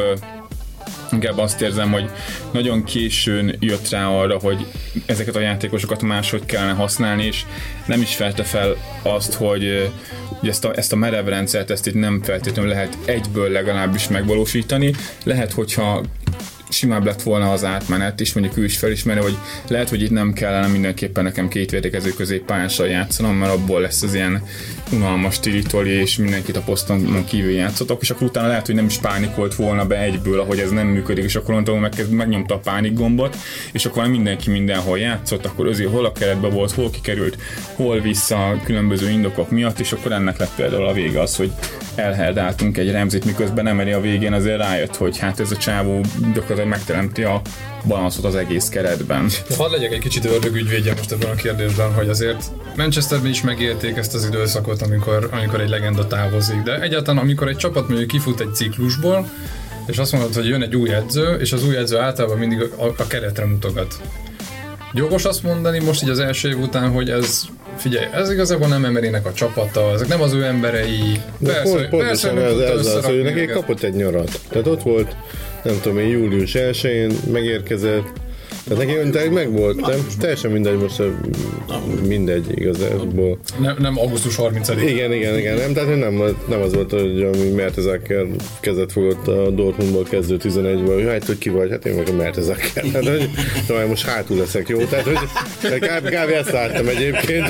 azt érzem, hogy nagyon későn jött rá arra, hogy ezeket a játékosokat máshogy kellene használni, és nem is felte fel azt, hogy ezt a merev rendszert, ezt itt nem feltétlenül lehet egyből legalábbis megvalósítani. Lehet, hogyha simább lett volna az átmenet, és mondjuk ő is felismeri, hogy lehet, hogy itt nem kellene mindenképpen nekem két védekező középpályással játszanom, mert abból lesz az ilyen unalmas tiritoli, és mindenkit a poszton kívül játszottak, és akkor utána lehet, hogy nem is pánikolt volna be egyből, ahogy ez nem működik, és akkor mondtam, megnyomta a pánik gombot, és akkor mindenki mindenhol játszott, akkor Özil hol a keretbe volt, hol kikerült, hol vissza különböző indokok miatt, és akkor ennek lett például a vége az, hogy elherdáltunk egy Ramseyt, miközben Emery a végén azért rájött, hogy hát ez a csávó gyakorlatilag megteremti a balanszot az egész keretben. Hadd legyek egy kicsit ördögügyvédje most ebben a kérdésben, hogy azért Manchesterben is megélték ezt az időszakot, amikor egy legenda távozik, de egyáltalán amikor egy csapat mondjuk kifut egy ciklusból, és azt mondod, hogy jön egy új edző, és az új edző általában mindig a keretre mutogat. Jogos azt mondani most így az első év után, hogy ez igazából nem Emerynek a csapata, ezek nem az ő emberei. Persze ez az, hogy neki kapott egy nyarat. Tehát ott volt, nem tudom én, július 1-én megérkezett, tehát neki megvolt, nem? Teljesen mindegy, most mindegy igazából. Nem augusztus 30-ig. Igen, nem, tehát nem az volt, hogy ami Mertesacker kezet fogott a Dortmundból kezdő 11-ből, hogy hát, hogy ki vagy, hát én meg a Mertesacker. Hát, hogy talán most hátul leszek, jó? Tehát, hogy kb. Ezt láttam egyébként.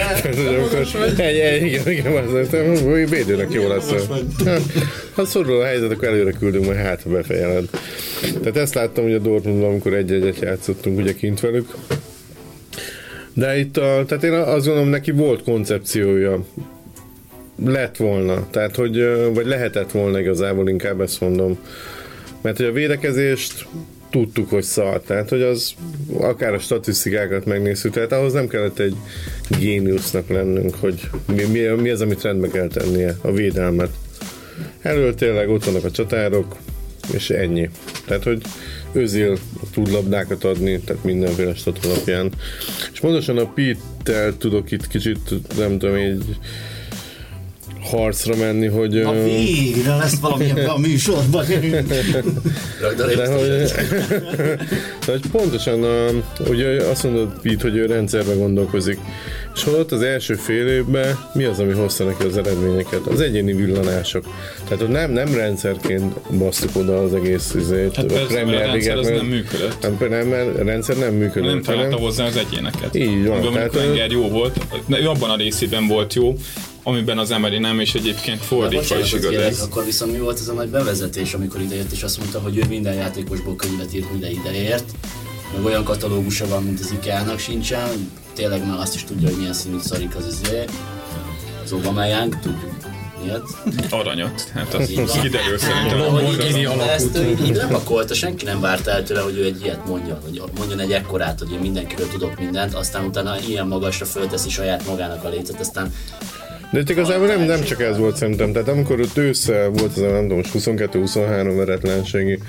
Igen, védőnek jó lesz. Ha szorul a helyzet, akkor előre küldünk, majd hátra befejeled. Tehát ezt láttam, hogy a Dortmundban, amikor egy-egyet játszottunk ugye kint velük. De itt tehát én azt gondolom, neki volt koncepciója. Lett volna. Tehát, hogy, vagy lehetett volna igazából, inkább ezt mondom. Mert hogy a védekezést tudtuk, hogy szar. Tehát, hogy az akár a statisztikákat megnézzük, tehát ahhoz nem kellett egy géniusznak lennünk, hogy mi az, amit rendbe kell tennie, a védelmet. Elől tényleg ott vannak a csatárok, és ennyi. Tehát, hogy Özil tud labdákat adni, tehát mindenféle stat alapján. És pontosan a Pete-tel tudok itt kicsit, nem tudom, így harcra menni, hogy... Na végre lesz valamilyen a műsorban. de hogy pontosan, ugye azt mondod Pete, hogy ő rendszerben gondolkozik, és holott az első fél évben mi az, ami hozta neki az eredményeket? Az egyéni villanások. Tehát hogy nem rendszerként basztuk oda az egész izét. Hát persze, a rendszer az nem működött. A rendszer nem működött. Nem találta hozzá az egyéneket. Így van. Amikor Wenger jó volt, ő abban a részében volt jó, amiben az Emery nem, és egyébként fordítva is igaz ez. Akkor viszont mi volt ez a nagy bevezetés, amikor idejött, és azt mondta, hogy ő minden játékosból könyvet írt, mire ideért. Meg olyan katalógusa van, mint az IKEA-nak sincsen. Tényleg már azt is tudja, hogy milyen színű szarik az Aubameyang, tudjuk miért. Aranyat, hát az kiderül szerintem. Ezt így lepakolta, senki nem várta el tőle, hogy ő egy ilyet mondjon, hogy mondjon egy ekkorát, hogy én mindenkiről tudok mindent, aztán utána ilyen magasra fölteszi saját magának a lécet, aztán de itt igazából nem csak ez volt szerintem, tehát amikor ott ősszel volt az a nem tudom, 22-23 veretlenségi,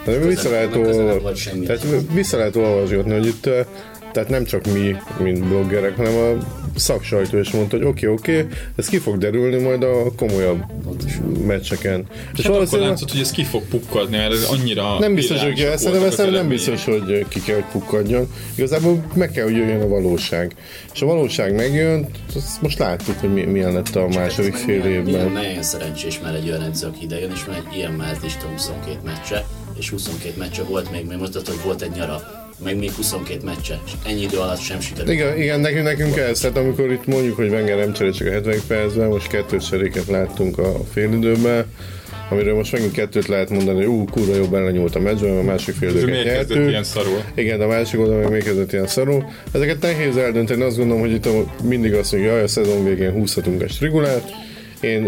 vissza lehet olvasgatni, hogy itt tehát nem csak mi, mint bloggerek, hanem a szaksajtó is mondta, hogy oké, ez ki fog derülni majd a komolyabb meccseken. És hát akkor látszott, hogy ez ki fog pukkadni, mert ez annyira... Nem biztos, hogy ezt nem biztos, hogy ki kell, hogy pukkadjon. Igazából meg kell, hogy jöjjön a valóság. És a valóság megjön, most láttuk, hogy milyen lett a második fél évben. Nagyon szerencsés, mert egy olyan edző, aki idejön, és már egy ilyen mellett Isten 22 meccse, és 22 meccse volt még mondtad, hogy volt egy nyara. Meg még 22 meccse, és ennyi idő alatt sem sikerült. Igen, nekünk ez, tehát amikor itt mondjuk, hogy Wenger nem cserél csak a 70 percben, most 2 cseréket láttunk a félidőben, amiről most megint 2 lehet mondani, hogy kurva jó belenyúlt a meccsben, a másik félidőket nyertük. Ilyen szarul. Igen, a másik oldalon még kezdett ilyen szarul. Ezeket nehéz eldönteni, azt gondolom, hogy itt mindig azt mondjuk, hogy a szezon végén húzhatunk egy strigulát. Én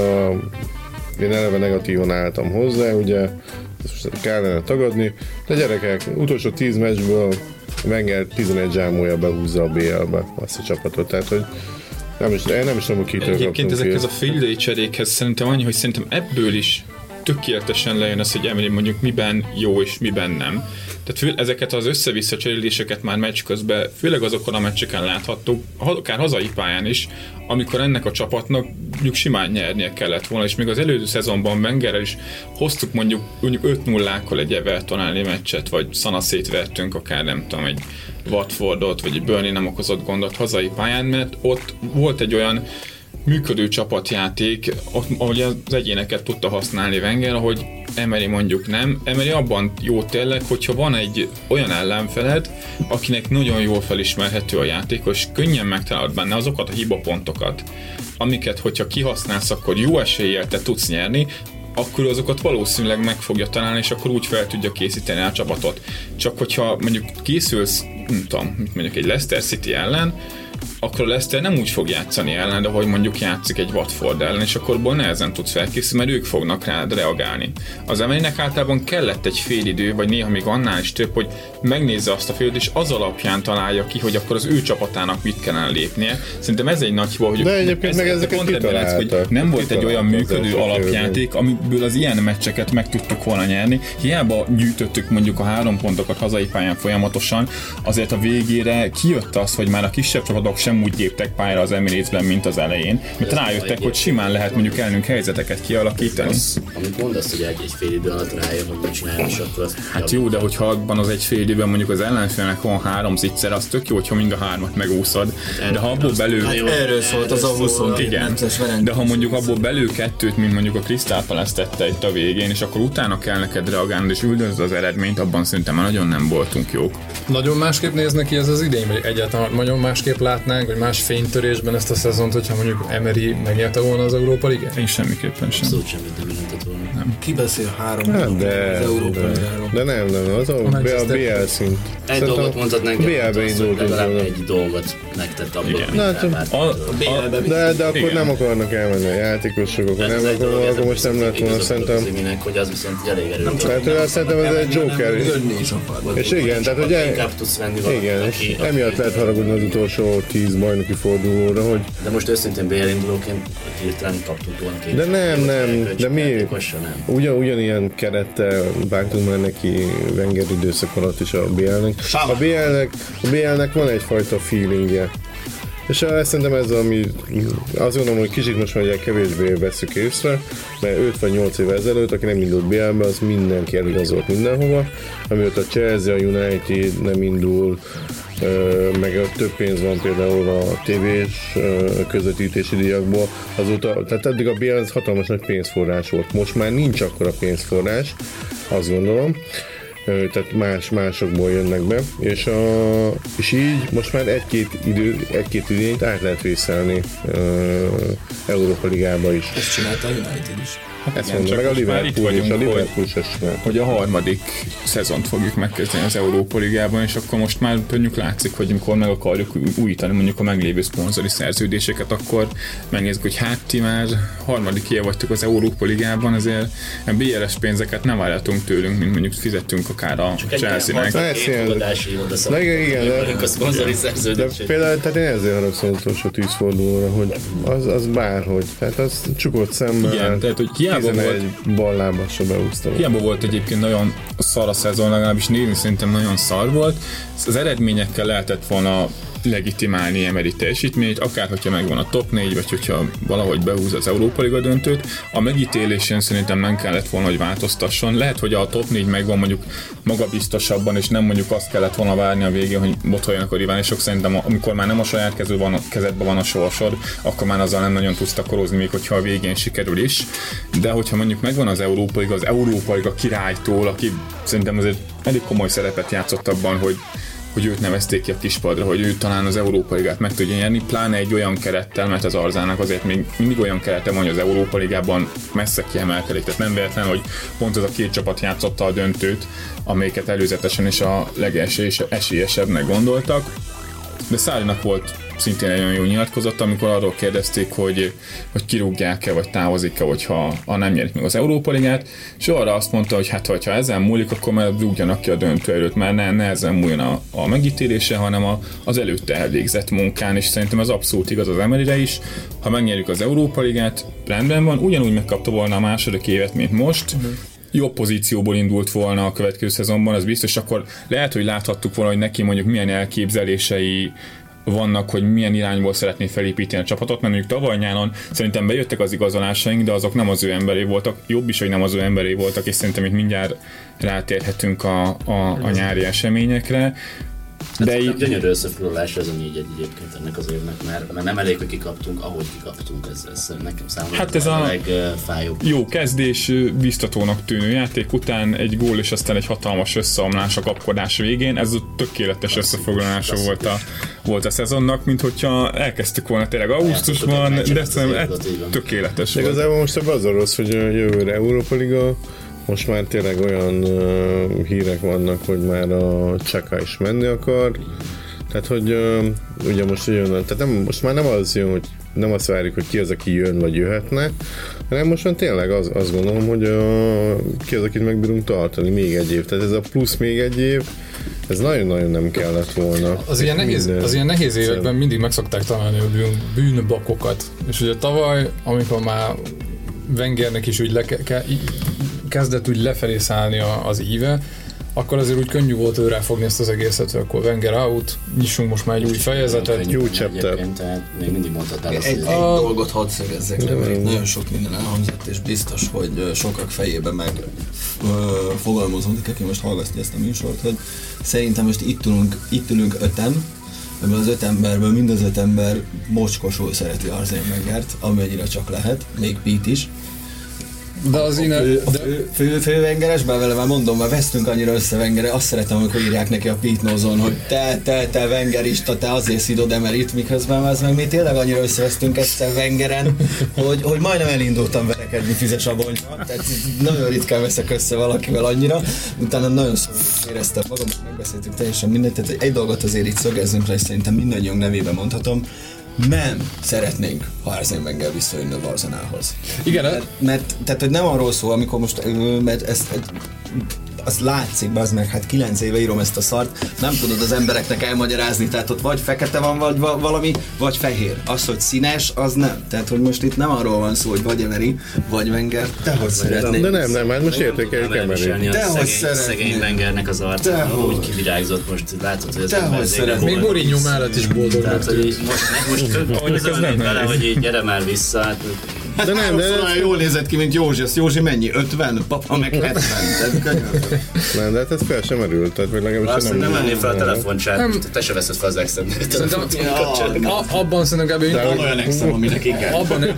eleve negatívan álltam hozzá, ugye, ezt kellene tagadni, de gyerekek, utolsó 10 meccsből Wenger 11 zsámolja behúzza a BL-be azt a csapatot, tehát hogy nem is tudom, hogy kitől egyébként ezekhez a félidei cserékhez szerintem annyi, hogy szerintem ebből is tökéletesen lejön az, hogy Emery mondjuk miben jó és miben nem. Tehát ezeket az össze-vissza cseréléseket már meccs közben, főleg azokon a meccseken láthattuk, akár hazai pályán is, amikor ennek a csapatnak mondjuk simán nyernie kellett volna, és még az előző szezonban Wengerrel is hoztuk mondjuk 5-0-kal egy Everton elleni meccset, vagy szana szétvertünk akár nem tudom, egy Watfordot, vagy egy Burnley nem okozott gondot hazai pályán, mert ott volt egy olyan működő csapatjáték, ahogy az egyéneket tudta használni Wenger, ahogy Emery mondjuk nem. Emery abban jó tényleg, hogyha van egy olyan ellenfeled, akinek nagyon jól felismerhető a játékos, könnyen megtalálod benne azokat a hibapontokat, amiket, hogyha kihasználsz, akkor jó eséllyel te tudsz nyerni, akkor azokat valószínűleg meg fogja találni, és akkor úgy fel tudja készíteni a csapatot. Csak hogyha mondjuk készülsz, nem tudom, mit mondjuk egy Leicester City ellen, akkor a Leicester nem úgy fog játszani ellen, de hogy mondjuk játszik egy Watford ellen, és akkor nehezen tudsz felkészülni, mert ők fognak rád reagálni. Az Emerynek általában kellett egy fél idő, vagy néha még annál is több, hogy megnézze azt a fél időt, és az alapján találja ki, hogy akkor az ő csapatának mit kellene lépnie. Szerintem ez egy nagy hiba, hogy de egyébként meg ezeket hogy nem volt egy olyan működő alapjáték, amiből az ilyen meccseket meg tudtuk volna nyerni. Hiába gyűjtöttük mondjuk a 3 pontokat hazai pályán folyamatosan, azért a végére kijött az, hogy már a kisebb csapatok sem úgy léptek pályára az Emirates-ben, mint az elején, mert rájöttek, hogy simán lehet mondjuk elnünk helyzeteket kialakítani. Amit mondasz, hogy egy fél idő alatt rájön, hogy mit csinálni, és akkor azt... Hát jó, de hogyha abban az egy fél időben mondjuk az ellenfélnek van 3 zicser, az tök jó, hogyha mind a 3-at megúszod. De ha abból belül... Erről szólt az a 22 meccses verendés. De ha mondjuk abból belül 2-t, mint mondjuk a Crystal Palace tette itt a végén, és akkor utána kell neked reagálnod, és üldözd az eredményt, abban szerintem már nagyon nem voltunk jók. Nagyon másképp néz neki ez az idény, vagy egyáltalán nagyon másképp látnánk, vagy más fénytörésben ezt a szezont, hogyha mondjuk Emery megnyerte volna az Európa Ligát? Én semmiképpen sem. Abszolút semmit nem jelentett volna. Nem. Ki beszél 3 az Európa Ligáról? De nem, az a BL szint. Egy dolgot mondhatnánk, BL-be indultunk legalább egy dolgot megtett abban, de akkor nem akarnak elmenni a játékosok, akkor nem akarnak, akkor most nem lett volna szerintem. Hogy az viszont elég erős. Tehát szerintem ez egy Joker. És igen, tehát hogy inkább tudsz venni valaki. Emiatt lehet haragudni az utolsó 10 bajnoki fordulóra, hogy... De most őszintén BL indulóként hirtelen kaptunk volna 2. De nem, de mi? Ugyanilyen kerettel vágtunk már neki Wenger időszak alatt is a BL-nek. A BL-nek van egyfajta feelingje. És szerintem ez, ami azt gondolom, hogy kicsit most már kevésbé veszük észre, mert 5 vagy 8 évvel ezelőtt, aki nem indult BL-be, az mindenki eligazolt mindenhova. Amióta a Chelsea, a United nem indul, meg több pénz van például a tévés közvetítési díjakból, azóta, tehát eddig a BL az hatalmas nagy pénzforrás volt. Most már nincs akkora pénzforrás, azt gondolom. Tehát másokból jönnek be, és így most már egy-két idényt át lehet vészelni Európa Ligába is. Ezt csinálta a United is. Ezt mondom, meg a Liverpool is ezt csinálta. Hogy a harmadik szezont fogjuk megkezdeni az Európa Ligában, és akkor most már mondjuk látszik, hogy amikor meg akarjuk újítani mondjuk a meglévő szponzori szerződéseket, akkor megnézzük, hogy hát ti már harmadik év vagytok az Európa Ligában, azért a BL-es pénzeket nem várhatunk tőlünk, mint mondjuk fizettünk akár a Chelsea-nek. A szponzori szerződését. Például, tehát én ezért haragszom utolsó 10 fordulóra, hogy az bárhogy, tehát az csukott szemmel. Igen, tehát hogy hiába volt egyébként nagyon szar a szezon, legalábbis nézni szerintem nagyon szar volt. Az eredményekkel lehetett volna legitimálni Emery teljesítményt, akár hogyha megvan a top 4, vagy hogyha valahogy behúz az Európa Liga döntőt. A megítélésén szerintem nem kellett volna, hogy változtasson. Lehet, hogy a top 4 megvan mondjuk magabiztosabban, és nem mondjuk azt kellett volna várni a végén, hogy botoljanak a riválisok. Szerintem amikor már nem a saját kezedben van a sorsod, akkor már azzal nem nagyon tudsz takarózni, még hogyha a végén sikerül is. De hogyha mondjuk megvan az Európa Liga, az Európa Liga királytól, aki szerintem azért elég komoly szerepet játszott abban, hogy őt nevezték ki a kispadra, hogy ő talán az Európa Ligát meg tudja nyerni, pláne egy olyan kerettel, mert az Arzának azért még mindig olyan kerete van, hogy az Európa Ligában messze kiemelkedik, tehát nem véletlen, hogy pont az a két csapat játszotta a döntőt, amelyiket előzetesen is a legesélyesebbnek gondoltak. De Sarrinak volt szintén egy olyan jó nyilatkozat, amikor arról kérdezték, hogy kirúgják-e, vagy távozik-e, hogyha nem nyerik meg az Európa Ligát, és arra azt mondta, hogy hát, ha ezen múlik, akkor már rúgjanak ki a döntő előtt, mert ne ezen múljon a megítélése, hanem az előtte elvégzett munkán, és szerintem ez abszolút igaz az Emeryre is. Ha megnyerjük az Európa Ligát, rendben van, ugyanúgy megkapta volna a második évet, mint most, jobb pozícióból indult volna a következő szezonban, az biztos, akkor lehet, hogy láthattuk volna, hogy neki mondjuk milyen elképzelései vannak, hogy milyen irányból szeretné felépíteni a csapatot, mert mondjuk tavaly nyáron szerintem bejöttek az igazolásaink, de azok nem az ő emberé voltak, jobb is, hogy nem az ő emberé voltak, és szerintem itt mindjárt rátérhetünk a nyári eseményekre. De így gyönyörű összefoglalás ez a 4-1 egyébként ennek az évnek, mert nem elég, hogy kikaptunk, ahogy kikaptunk, ez nekem számomra hát ez a legfájóbb. Jó kezdés, biztatónak tűnő játék után egy gól és aztán egy hatalmas összeomlás a kapkodás végén, ez a tökéletes összefoglalása volt a szezonnak, mint hogyha elkezdtük volna tényleg augusztusban, de tökéletes volt. Igazából most az a rossz, hogy a jövőre Európa Liga, most már tényleg olyan hírek vannak, hogy már a Csaka is menni akar. Tehát, hogy ugye most jön, tehát most már nem az jön, hogy nem azt várjuk, hogy ki az, aki jön, vagy jöhetne, hanem most már tényleg azt gondolom, hogy ki az, akit megbírunk tartani még egy év. Tehát ez a plusz még egy év, ez nagyon-nagyon nem kellett volna. Az ilyen nehéz években mindig meg szokták találni a bűnbakokat. És ugye tavaly, amikor már Wengernek is úgy kezdett úgy lefelé szállni az íve, akkor azért úgy könnyű volt őre fogni ezt az egészet, hogy akkor Wenger out, nyissunk most már egy új fejezetet. Jó chapter. Még mindig mondhatál azt, egy dolgot hadd szögezzek le, mert nagyon sok minden elhangzott, és biztos, hogy sokak fejében meg fogalmazódik, aki most hallgatja ezt a műsort, hogy szerintem most itt ülünk öten, ebből az 5 emberből mind az 5 ember mocskosul szereti Arsène Wengert, amennyire csak lehet, még Pete is. De az fő Wengeres, bár vele már mondom, már vesztünk annyira össze Wengerre, azt szeretem, amikor írják neki a Pete Nozon, hogy te Wengerista, te azért szidod Emeryt, miközben az meg mi tényleg annyira összevesztünk egyszer Wengeren, hogy majdnem elindultam verekedni Füzesabonyba, tehát nagyon ritkán veszek össze valakivel annyira, utána nagyon szorul éreztem magam, megbeszéltük teljesen mindent, tehát egy dolgot azért itt szögezzünk le, és szerintem mindannyiunk nevében mondhatom, nem szeretnénk, ha Arsène Wenger visszajönne a Arsenalhoz. Igen, mert tehát, hogy nem arról szól, amikor most, mert ezt az látszik, bazd meg, hát 9 éve írom ezt a szart, nem tudod az embereknek elmagyarázni, tehát ott vagy fekete van, vagy valami, vagy fehér. Az, hogy színes, az nem. Tehát, hogy most itt nem arról van szó, hogy vagy Emery, vagy Wenger, tehogy szeretnék. De nem, hát most értékeljük Emery. Szegény Wengernek az arcát, úgy kivirágzott most, látod, hogy az ember azért... Még Mourinho mellett is boldognak tűnt. Most közölnék vele, hogy így gyere már vissza, hát... De nem, de jól nézett ki, mint Józsi. Az Józsi mennyi? 50? Papa meg 70. Nem, de hát ez fel sem merült. Tehát még legalábbis azt nem vennél fel a telefoncsát, te se veszed fel az exem-t. Abban szerintem van olyan exem, aminek igen.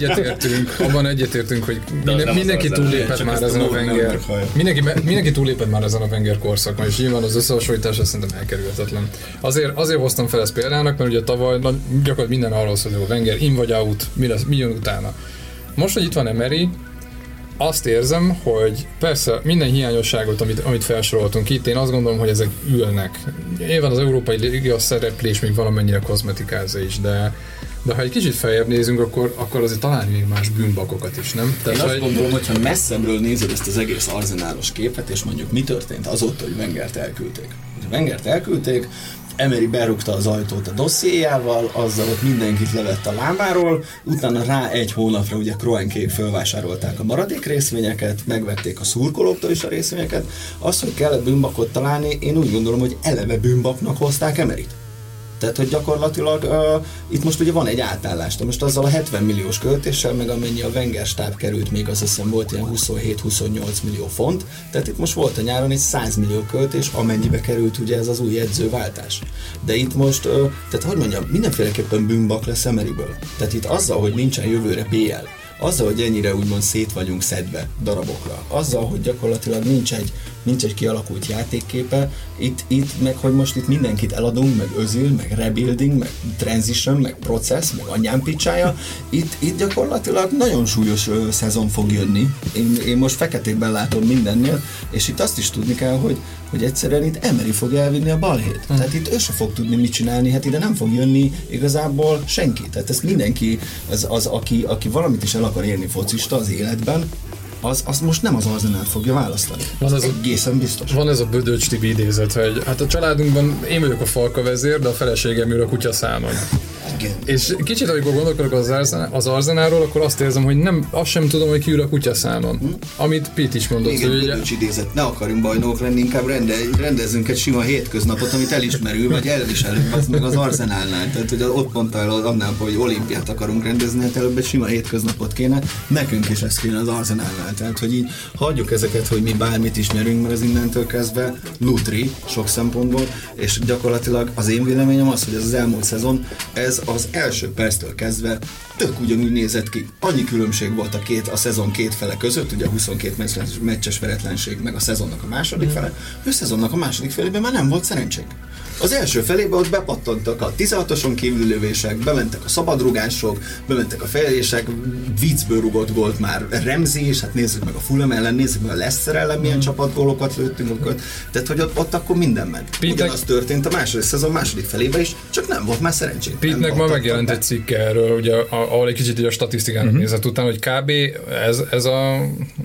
Abban egyetértünk, hogy mindenki túllépett már ezen a Wenger. Mindenki túllépett már ezen a Wenger korszakon, és nyilván az összehasonlítás szerintem elkerülhetetlen. Azért hoztam fel ezt példának, mert ugye tavaly gyakorlatilag minden arról szól, hogy a Wenger in vagy out, mi jön utána. Most, hogy itt van Emery, azt érzem, hogy persze minden hiányosságot, amit felsoroltunk itt, én azt gondolom, hogy ezek ülnek. Nyilván az Európai Liga szereplés még valamennyire kozmetikázza is, de ha egy kicsit feljebb nézünk, akkor azért találni még más bűnbakokat is, nem? Tehát, én azt gondolom, hogyha messzebbről nézed ezt az egész arzenálos képet, és mondjuk mi történt azóta, hogy Wengert elküldték. Wengert elküldték, Emery berúgta az ajtót a dossziéjával, azzal ott mindenkit levett a lábáról, utána rá egy hónapra ugye Kroenkék fölvásárolták a maradék részvényeket, megvették a szurkolóktól is a részvényeket. Az, hogy kellett bűnbakot találni, én úgy gondolom, hogy eleve bűnbaknak hozták Emeryt. Tehát, hogy gyakorlatilag itt most ugye van egy átállás. De most azzal a 70 milliós költéssel, meg amennyi a Wenger stáb került, még azt hiszem volt ilyen 27-28 millió font. Tehát itt most volt a nyáron egy 100 millió költés, amennyibe került ugye ez az új edzőváltás. De itt most, tehát hogy mondjam, mindenféleképpen bűnbak lesz Emeryből. Tehát itt azzal, hogy nincsen jövőre BL, azzal, hogy ennyire úgymond szét vagyunk szedve darabokra, azzal, hogy gyakorlatilag nincs egy kialakult játékképe, itt meg, hogy most itt mindenkit eladunk, meg özil, meg rebuilding, meg transition, meg process, meg anyám picsája, itt gyakorlatilag nagyon súlyos szezon fog jönni. Én most feketében látom mindennél, és itt azt is tudni kell, hogy egyszerűen itt Emery fog elvinni a balhét. Tehát itt ő se fog tudni mit csinálni, hát ide nem fog jönni igazából senki. Tehát ezt mindenki, aki valamit is el akar érni focista az életben, az most nem az Arzenát fogja választani. Egészen biztos. Van ez a Bödöcs Tibi idézet, hogy hát a családunkban én vagyok a falka vezér, de a feleségem ül a kutya számon. Igen. És kicsit, amikor gondolkodok az Arzenáról, akkor azt érzem, hogy azt sem tudom, hogy ki ül a kutya számon. Amit Pete is mondott. Igen, Bödöcs idézet. Ne akarjunk bajnók lenni, inkább rendezzünk egy sima hétköznapot, amit elismerül, vagy elviselünk, az meg az Arzenálnál. Tehát, hogy ott mondtál annál, hogy olimpiát akarunk rendezni, hát előbb egy sima hétköznapot kéne, nekünk is ez kéne az Arzenálnál. Tehát, hogy így hagyjuk ezeket, hogy mi bármit ismerünk, mert ez innentől kezdve lutri sok szempontból, és gyakorlatilag az én véleményem az, hogy ez az elmúlt szezon, ez az első perctől kezdve tök ugyanúgy nézett ki. Annyi különbség volt a szezon két fele között, ugye a 22 meccses veretlenség, meg a szezonnak a második fele, a szezonnak a második felében már nem volt szerencsénk. Az első felében ott bepattantak a 16-oson kívüli lövések, bementek a szabadrugások, bementek a fejlések, viccből rugott gólt már Ramsey, és hát nézzük meg a Fulham ellen, nézzük meg a Leicester ellen, milyen csapatgólokat lőttünk, tehát hogy ott akkor minden ment. Ugyanaz történt a második szezon második felében is, csak nem volt már szerencsét. Pete-nek ma megjelent egy cikke erről, ugye, ahol egy kicsit így a statisztikának nézett után, hogy kb. ez a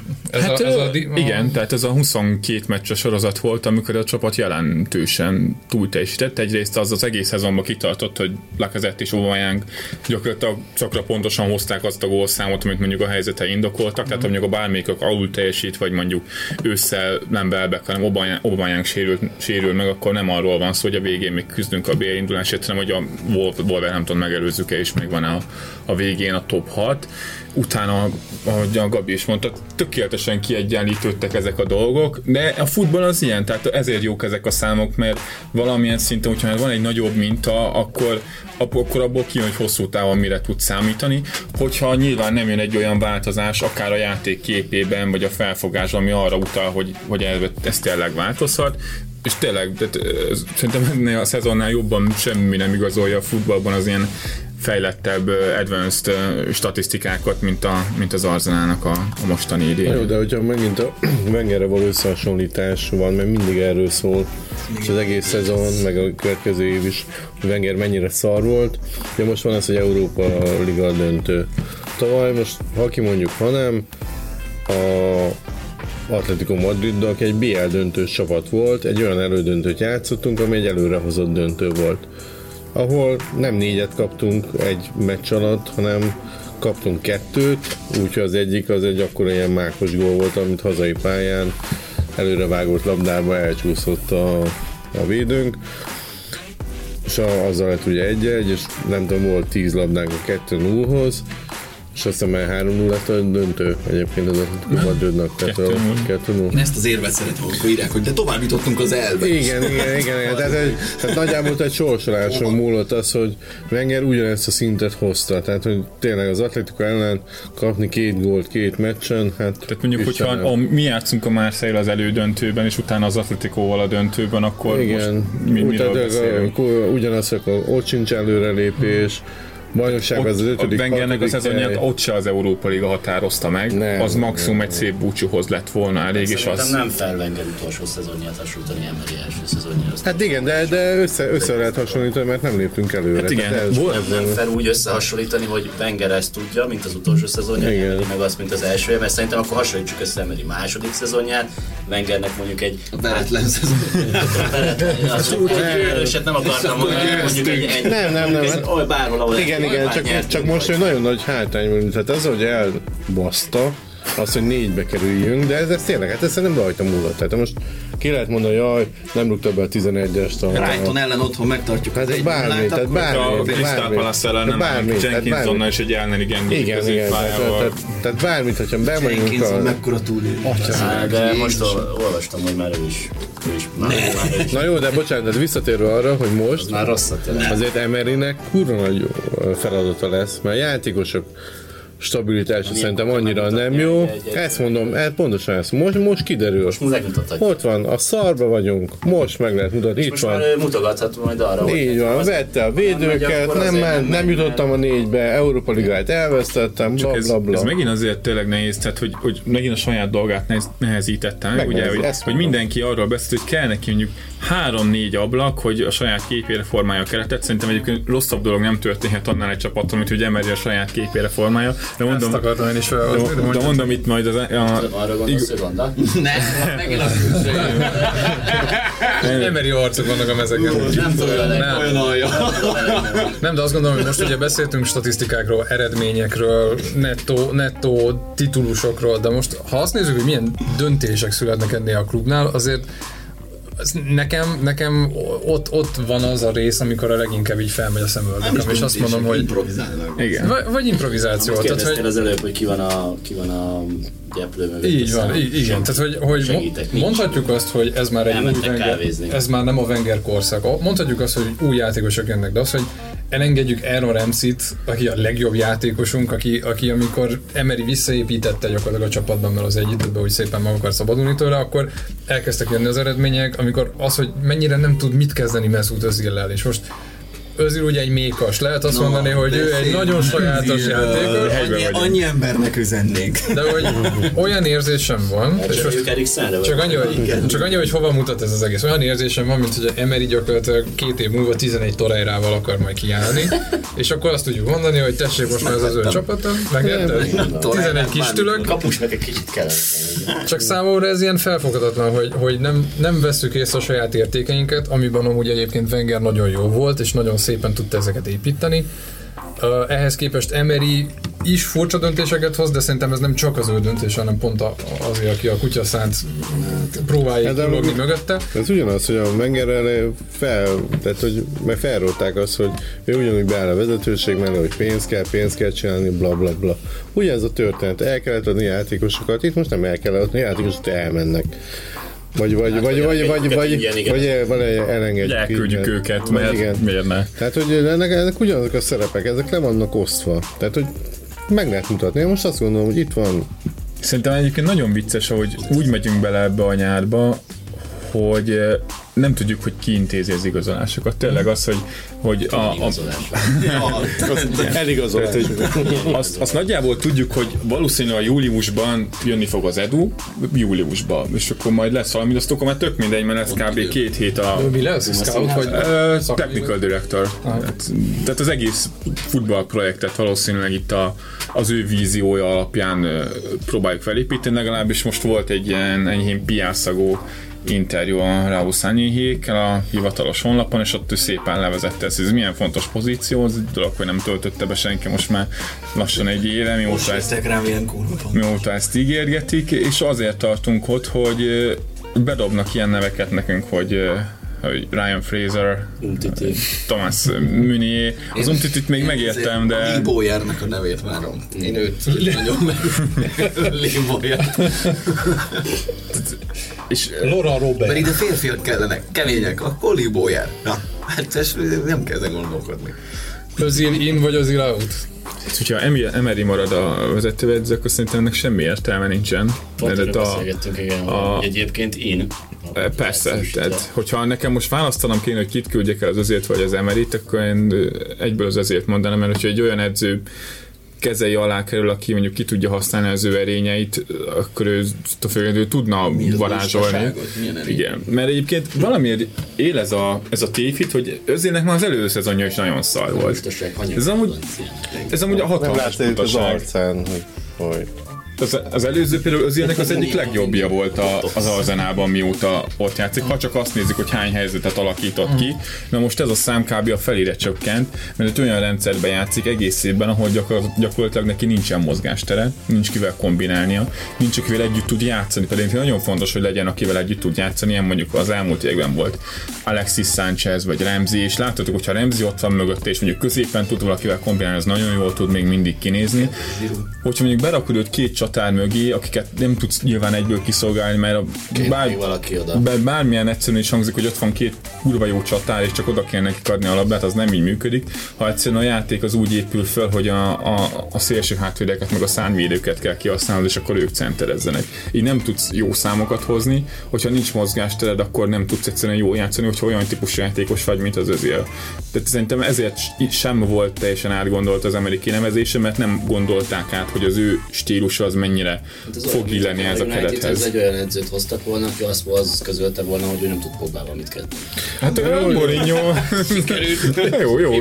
igen, tehát ez a 22 meccses sorozat volt, amikor a csapat jelentősen túl teljesített. Egyrészt az egész szezonban kitartott, hogy Lacazette és Aubameyang gyakorlatilag szakra pontosan hozták azt a gólszámot, amit mondjuk a helyzetei indokoltak, tehát mondjuk a bármelyikük alul teljesít, vagy mondjuk ősszel nem Welbeck, hanem Aubameyang sérül meg, akkor nem arról van szó, hogy a végén még küzdünk a BL indulásért, hanem hogy a Wolverhampton megelőzzük-e, és még van a végén a top 6. Utána, ahogy a Gabi is mondta, tökéletesen kiegyenlítődtek ezek a dolgok, de a futball az ilyen, tehát ezért jók ezek a számok, mert valamilyen szinten, hogyha van egy nagyobb minta, akkor abból kijön, hogy hosszú távon mire tud számítani, hogyha nyilván nem jön egy olyan változás, akár a játék képében, vagy a felfogásban, ami arra utal, hogy ez tényleg változhat, és tényleg, szerintem ennél a szezonnál jobban semmi nem igazolja a futballban az ilyen fejlettebb, advanced statisztikákat, mint az Arsenalnak a mostani idén. Jó, de hogyha megint a Wengerre való összehasonlítás van, mert mindig erről szól, és az egész szezon, meg a következő év is, hogy Wenger mennyire szar volt. De most van ez, hogy Európa Liga döntő. Tavaly most, ha kimondjuk, ha nem, Atletico Madriddal, aki egy BL döntős csapat volt, egy olyan elődöntőt játszottunk, ami egy előrehozott döntő volt. Ahol nem 4-et kaptunk egy meccs alatt, hanem kaptunk 2, úgyhogy az egyik az egy akkora ilyen mákos gól volt, amit hazai pályán előrevágott labdába elcsúszott a védőnk, és azzal lett ugye 1-1, és nem tudom, volt 10 labdánk a 2-0-hoz, és azt hiszem, 3-0 lett a döntő egyébként az Atletico Madridnak. 2-0. Én ezt az érvet szeretem, amikor írják, hogy de tovább jutottunk az elbe. Igen. Tehát nagyjából egy sorsoláson múlott az, hogy Wenger ugyanezt a szintet hozta. Tehát, hogy tényleg az Atletico ellen kapni 2 gólt 2 meccsen, hát... Tehát mondjuk, hogyha mi játszunk a Marseille az elődöntőben, és utána az Atleticoval a döntőben, akkor igen, most miről beszélünk? Ugyanaz, hogy ott sincs előrelépés, bajnokságban az 5. A Wengernek a szezonját ott se az Európa Liga határozta meg, nem, az maximum egy szép búcsúhoz lett volna elég, és az... nem fel Wenger utolsó szezonját hasonlítani Emery első szezonjához. Hát igen, de össze lehet hasonlítani, mert nem léptünk előre. Hát igen, nem fel úgy összehasonlítani, hogy Wenger ezt tudja, mint az utolsó szezonját, Emery meg azt, mint az első, mert szerintem akkor hasonlítsuk össze Emery második szezonját, Wengernek mondjuk egy... A veretlen szezon. Erőset nem akartam mondani, mondjuk egy... Nem. Bárhol, ahol... Igen, csak most egy nagyon nagy hátrány van, tehát az, hogy elbaszta, az, hogy 4-be kerüljünk, de ez tényleg, hát ez nem rajta múlott. Tehát most ki lehet mondani, jaj, nem rúgta be a 11-est. Brighton ellen otthon megtartjuk. Hát bármi, tehát bármi. A Crystal Palace ellen nem, Jenkinsonnal és egy Elneny Gengi középpályával. Tehát bármit, hogyha bemegyünk a... Jenkinson mekkora túlélő. De most olvastam, hogy már ő is. Na jó, de bocsánat, de visszatérve arra, hogy most már rosszat azért Emerynek kurva nagy feladata lesz, mert játékosok stabilitása szerintem annyira nem jó. Ezt mondom, pontosan ezt. Most kiderül. Ott van, a szarba vagyunk, most meg lehet mutatni. Itt most van. Már mutogathat majd arra, így van, vette a védőket, nem jutottam a 4-be, Európa Ligát elvesztettem, blablabla. Ez megint azért tényleg nehéz, tehát hogy megint a saját dolgát nehezítette meg, ugye, hogy mindenki arról beszélt, hogy kell neki mondjuk 3-4 ablak, hogy a saját képére formálja a keretet. Szerintem egyébként rosszabb dolog nem történhet annál egy csapattól, mint hogy Emery a saját képére formálja. De mondom, ezt akartam én is de mondom itt majd az... Arra gondolsz, hogy Ronda? Nem, megint azt Emery arcok vannak a mezeken. Nem tudom, olyan alja. Nem, de azt gondolom, hogy most ugye beszéltünk statisztikákról, eredményekről, nettó titulusokról, de most ha azt nézzük, hogy milyen döntések születnek ennél a klubnál, azért nekem ott van az a rész, amikor a leginkább így felmegy a szemöldököm, és azt mondom, hogy... Igen. Vagy improvizáció. Kérdeztél az előbb, hogy ki van a gyeplő mögött. Így van, igen. Tehát, hogy mondhatjuk azt, hogy ez már egy új Wenger, ez már nem a Wenger korszak. Mondhatjuk azt, hogy új játékosok jönnek, de az, hogy elengedjük Aaron Ramsey-t, aki a legjobb játékosunk, aki amikor Emery visszaépítette gyakorlatilag a csapatban, mert az együttben úgy szépen meg akar szabadulni tőle, akkor elkezdtek jönni az eredmények, amikor az, hogy mennyire nem tud mit kezdeni Mesut Özil-lel, és most Özil ugye egy mékas, lehet azt mondani, hogy ő egy nagyon sajátos játékos. Annyi embernek üzennék. De hogy olyan érzésem van, és csak annyi, hogy hova mutat ez az egész. Olyan érzésem van, mint hogy Emery gyakorlatilag 2 év múlva 11 Torreirával akar majd kiállni, és akkor azt tudjuk mondani, hogy tessék, most már ez az ő csapata, megérted? 11 kis tülök. Kapusnak egy kicsit kellett. Csak számomra ez ilyen felfoghatatlan, hogy nem vesszük észre a saját értékeinket, amiben amúgy egyébként Wenger nagyon jó volt, és nagyon szépen tudta ezeket építeni. Ehhez képest Emery is furcsa döntéseket hoz, de szerintem ez nem csak az ő döntés, hanem pont azért, aki a kutyaszánt próbálja kilogni mögötte. Ez ugyanaz, hogy a Wengerrel tehát, hogy meg felrólták azt, hogy ő ugyanúgy beáll a vezetőség mellett, hogy pénzt kell csinálni, bla bla bla. Ugyanez a történet, el kellett adni játékosokat, itt most nem el kell adni játékosokat, elmennek. Vagy elengedjük. Elküldjük őket, mert miért ne? Tehát, hogy ennek ugyanazok a szerepek, ezek le vannak osztva. Tehát, hogy meg lehet mutatni. Én most azt gondolom, hogy itt van. Szerintem egyébként nagyon vicces, hogy úgy megyünk bele ebbe a nyárba, hogy nem tudjuk, hogy ki intézi az igazolásokat. Tényleg az, hogy eligazolás. Azt nagyjából tudjuk, hogy valószínűleg a júliusban jönni fog az Edu, júliusban, és akkor majd lesz valami, azt akkor már tök mindegy, mert lesz kb. 2 hét a... Mi lesz? Scout vagy? Technical Director. Tehát az egész futballprojektet valószínűleg itt az ő víziója alapján próbáljuk felépíteni, legalábbis most volt egy ilyen enyhén piászagó interjú a Raúl Sanyihékkel a hivatalos honlapon, és ott ő szépen levezette ezt. Ez milyen fontos pozíció, az egy dolog, hogy nem töltötte be senki most már lassan egy éve, mióta ezt ígérgetik, és azért tartunk ott, hogy bedobnak ilyen neveket nekünk, hogy Ryan Fraser, Thomas Meunier. Az Umtitit még megértem, de... Lee Bowyernek a nevét várom. Én őt nagyon meg... Lee Bowyer. És Laura Robert. Mert ide férfiak kellenek, kemények, akkor Lee Bowyer. Na, hát nem kell ezen gondolkodni. Özil in vagy Özil out? hogyha Emery marad a vezetőedző, akkor szerintem ennek semmi értelme nincsen. Pont erről beszélgettünk, igen, egyébként én. Persze, tehát hogyha nekem most választanom kéne, hogy kit küldjek el az Özért vagy az Emeryt, akkor én egyből az Özért mondanám, mert hogyha egy olyan edző kezei alá kerül, aki mondjuk ki tudja használni az ő erényeit, akkor ő tudna varázsolni. Igen, mert egyébként valamiért él ez a tévhit, hogy Özilnek már az előző szezonja is nagyon szar volt. Ez amúgy a hatalmas butaság. Hogy Az előző például Özilnek az egyik legjobbja volt az Arsenalban, mióta ott játszik. Ha csak azt nézzük, hogy hány helyzetet alakított ki, na most ez a szám kb. A felére csökkent, mert olyan rendszerben játszik egész évben, ahol gyakorlatilag neki nincsen mozgástere, nincs kivel kombinálnia, nincs akivel együtt tud játszani. Pedig nagyon fontos, hogy legyen akivel együtt tud játszani, ilyen mondjuk az elmúlt években volt Alexis Sánchez vagy Ramsey, és láthatjuk, hogyha Ramsey ott van mögötte, és mondjuk középen tud valakivel kombinálni, az nagyon jól tud még mindig kinézni. Hogyha mondjuk berakod őt két csatár mögé, akiket nem tudsz nyilván egyből kiszolgálni, mert bármilyen egyszerűen is hangzik, hogy ott van két kurva jó csatár, és csak oda kell nekik adni a labdát, az nem így működik. Ha egyszerűen a játék az úgy épül föl, hogy a szélső hátvédeket meg a szárnyvédőket kell kihasználnod, és akkor ők centerezzenek. Így nem tudsz jó számokat hozni, hogyha nincs mozgástered, akkor nem tudsz egyszerűen jól játszani, hogyha olyan típusú játékos vagy, mint az Özil. Tehát szerintem ezért sem volt teljesen átgondolt az Emery kinevezése, mert nem gondolták át, hogy az ő stílusa az mennyire fog illeni ez a kerethez. Egy olyan edzőt hoztak volna, aki azt közölte volna, hogy ő nem tud Pogbával mit kezdeni. Hát Mourinho jó.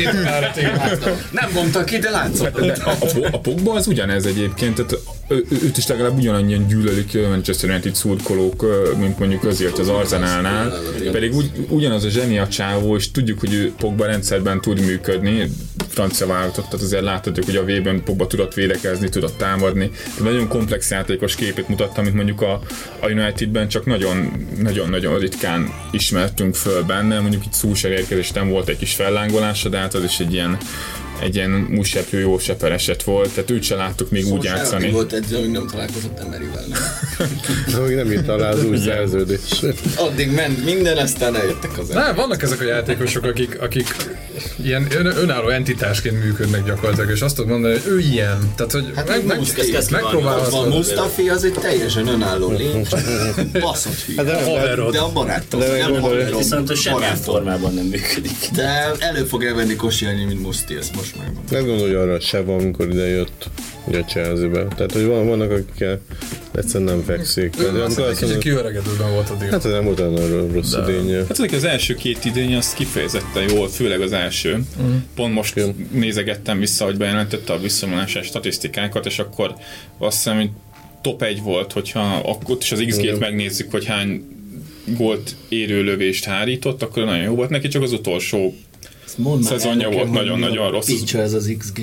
Nem mondta ki, de látszott. A Pogba az ugyanez egyébként, tehát őt is legalább ugyanannyian gyűlölik Manchester United szurkolók, mint mondjuk Özilt az Arsenalnál, pedig ugyanaz a zseni a csávó, és tudjuk, hogy ő Pogba rendszerben tud működni, francia válogatott, tehát azért láthatjuk, hogy a V-ben Pogba tudott védekezni, tudott támadni, nagyon komplex játékos képét mutatta, amit mondjuk a Unitedben csak nagyon ritkán ismertünk föl benne, mondjuk itt Solskjaer érkezés nem volt egy kis fellángolása, de hát az is egy ilyen múlseprő jó seper eset volt, tehát őt se láttuk még úgy játszani. Volt edző, hogy nem találkozott Emeryvel. Még nem írt alá az új szerződés. Addig ment minden, aztán eljöttek az Nem, vannak ezek a játékosok, akik ilyen önálló entitásként működnek gyakorlatilag, és azt tudod mondani, hogy ő ilyen. Tehát, hogy megpróbálhatod. Mustafi az egy teljesen önálló lény, baszott hülye. De a barátom. Viszont hogy semmilyen formában nem működik. De elő fog elvenni Koscielny, mint Musti, ezt most megmondom. Nem gondolj arra se van, amikor ide jött ugye Chelsea-be. Tehát, hogy vannak, akikkel egyszerűen nem fekszik. Egy kicsit kiöregedőben volt addig. Hát ez nem volt olyan rossz idénye. Hát az első két idény az kifejezetten jó, főleg az első. Pont most nézegettem vissza, hogy bejelentette a visszavonulási statisztikákat, és akkor azt hiszem, hogy top 1 volt, hogyha akkor is az XG-t megnézzük, hogy hány gólt érő lövést hárított, akkor nagyon jó volt neki, csak az utolsó szezonja volt nagyon-nagyon rossz. Picsa ez az XG.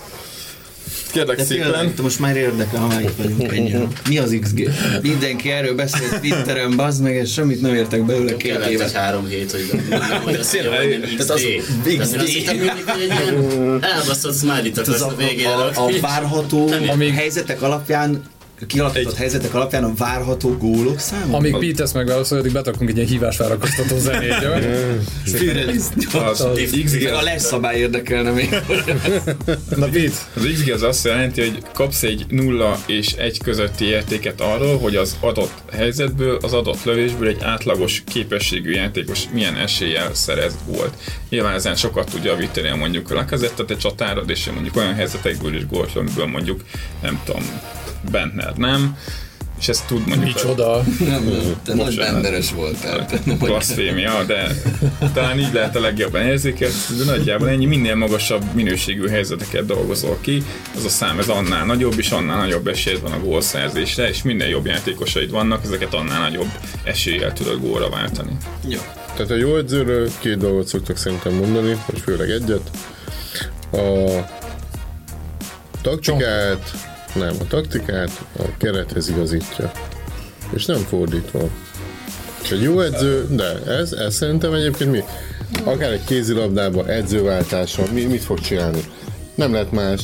Kérlek szépen. Most már érdekel, ha már itt vagyunk ennyire. Mi az XG? Mindenki erről beszélt Twitteren, bazd meg, és semmit nem értek belőle 2 évet. 3 hét, hogy azt mondja, hogy XG. Elbaszott smiley-t a végére. A várható helyzetek alapján kialakított helyzetek alapján a várható gólok száma? Amíg Pete ezt megválaszol, addig betakunk egy ilyen hívásvárakoztató zenét, jó? A lesz szabály érdekelne még. Na Pete. Az XG az azt jelenti, hogy kapsz egy 0 és 1 közötti értéket arról, hogy az adott helyzetből, az adott lövésből egy átlagos képességű játékos milyen eséllyel szerez gólt. Nyilván ezen sokat tud javítani, mondjuk lekezettet egy csatárod, és mondjuk olyan helyzetekből is gólt, amiből mondjuk nem tudom, Bentner nem, és ezt tud mondjuk... Micsoda! Te nagy benderes voltál. Blasfémia, de talán így lehet a legjobban érzéket, de nagyjából ennyi, minél magasabb minőségű helyzeteket dolgozol ki, az a szám ez annál nagyobb, és annál nagyobb esélyed van a gólszerzésre, és minél jobb játékosaid vannak, ezeket annál nagyobb eséllyel tudod gólra váltani. Jó. Tehát a jó edzőről 2 dolgot szoktak szerintem mondani, vagy főleg egyet. A taktikát, a taktikát a kerethez igazítja. És nem fordítva. És egy jó edző, de ez szerintem egyébként mi? Akár egy kézilabdában, edzőváltáson, mit fog csinálni? Nem lehet más.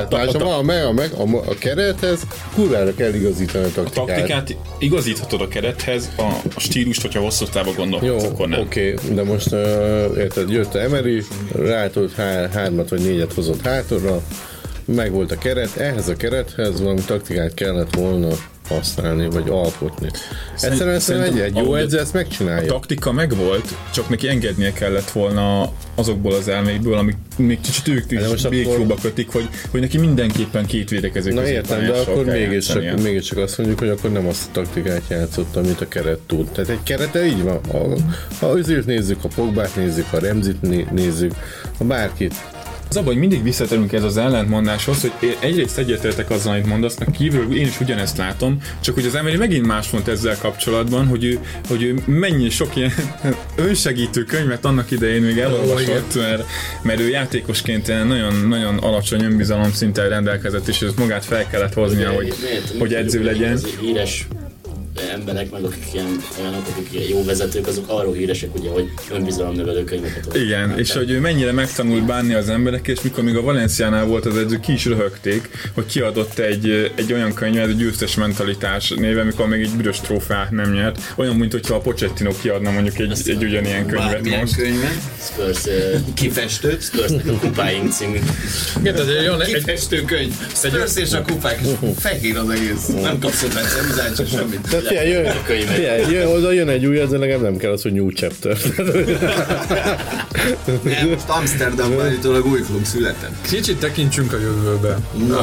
A kerethez kurvára kell igazítani a taktikát. A taktikát igazíthatod a kerethez, a stílust, hogyha hosszú távon gondolkodsz, akkor nem. Oké, de most érted, jött a Emery, rátolt 3 vagy 4 hozott hátorra, meg volt a keret, ehhez a kerethez valami taktikát kellett volna használni, vagy alkotni. Egyszerűen egy jó edző ezt megcsinálja. A taktika megvolt, csak neki engednie kellett volna azokból az elmékből, amik még kicsit ők is békjóba kötik, hogy neki mindenképpen 2 védekező között. Na értem, de akkor mégiscsak azt mondjuk, hogy akkor nem azt a taktikát játszott, amit a keret tud. Tehát egy kerete így van. Ha Özil-t nézzük, ha Pogbát nézzük, ha Ramsey-t nézzük, ha bárkit. Az abban, hogy mindig visszatérünk ez az ellentmondáshoz, hogy egyrészt egyetértek azzal, amit mondasz, meg kívül én is ugyanezt látom, csak hogy az Emery megint más mond ezzel kapcsolatban, hogy ő mennyi sok ilyen önsegítő könyvet annak idején még elolvasott, mert ő játékosként nagyon alacsony önbizalom szinten rendelkezett, és ezt magát fel kellett hoznia, hogy edző legyen. Híres emberek, meg akik olyanok, akik ilyen jó vezetők, azok arról híresek, ugye, hogy önbizalomnövelő könyveket. Igen, és hogy ő mennyire megtanult bánni az emberek, és mikor még a Valenciánál volt az edző, ki is röhögték, hogy kiadott egy olyan könyvet, egy győztes mentalitás néven, mikor még egy büdös trófeát nem nyert. Olyan, mint hogyha a Pochettino kiadna mondjuk egy ugyanilyen könyvet most. Spurs kifestőt, Spursnek a kupáink című. Kifestő könyv. Spurs és a kupák. Fehér az egész. Nem kapsz hozzá semmit. Jön egy új, ezzel legalább nem kell az, hogy new chapter. Nem, most Amsterdamban állítólag új klub született. Kicsit tekintsünk a jövőbe.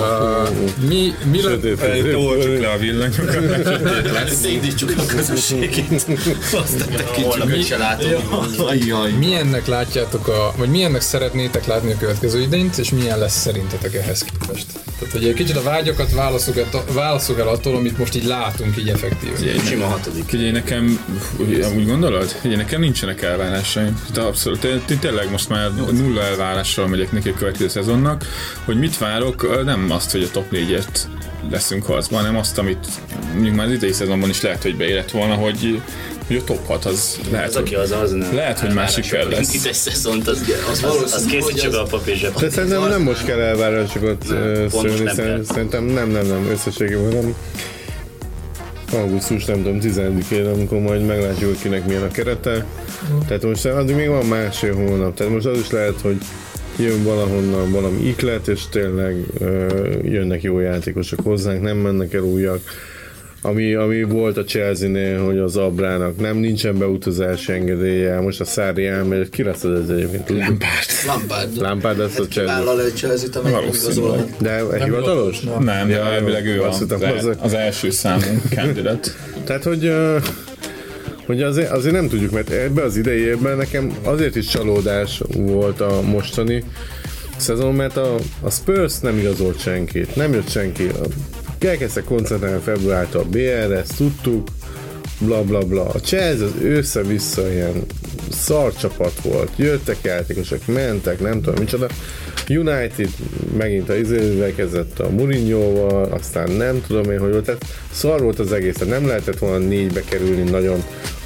Olcsuk le a villanyokat. Szédítsuk a közösségét. Aztán tekintsük. Milyennek látjátok, vagy milyennek szeretnétek látni a következő idényt, és milyen lesz szerintetek ehhez képest? Tehát, hogy egy kicsit a vágyakat válaszol el attól, amit most így látunk így effektív. Sima 6. Ugye nekem, úgy gondolod? Ugye nekem nincsenek elvárásaim. De abszolút, tényleg most már 0 elvárással megyek neki a következő szezonnak, hogy mit várok, nem azt, hogy a top 4-et leszünk harcban, hanem azt, amit mondjuk már az idei szezonban is lehet, hogy beérett volna, hogy a top 6 az lehet, hogy már siker lesz. Itt egy szezont, az készítsük a papírzsebben. De szerintem nem most kell elvárásokat szülni, szerintem nem összességében, hanem augusztus, nem tudom, 10-én, amikor majd meglátjuk, hogy kinek milyen a kerete. Tehát most addig még van másfél hónap. Tehát most az is lehet, hogy jön valahonnan valami iklet, és tényleg jönnek jó játékosok hozzánk, nem mennek el újak. Ami volt a Chelsea-nél, hogy az Abrának nincsen beutazási engedélye, most a Sarri elmegy, ki lesz az egyébként? Lampard lesz a Chelsea. Vállal egy Chelsea-t, amelyik igazolhat. De hivatalos? Nem, de elvileg ő az első számú kandidat. Tehát, hogy azért nem tudjuk, mert ebben az idei évben nekem azért is csalódás volt a mostani szezon, mert a Spurs nem igazolt senkit, nem jött senki. Elkezdtek koncentrálni februártól a BR-re, ezt tudtuk, bla bla bla. A Chelsea az össze-vissza ilyen szar csapat volt, jöttek játékosok, mentek, nem tudom micsoda. United megint a izével kezdett a Mourinhoval, aztán nem tudom én, hogy volt, tehát szar volt az egész, tehát nem lehetett volna 4-be kerülni nagyon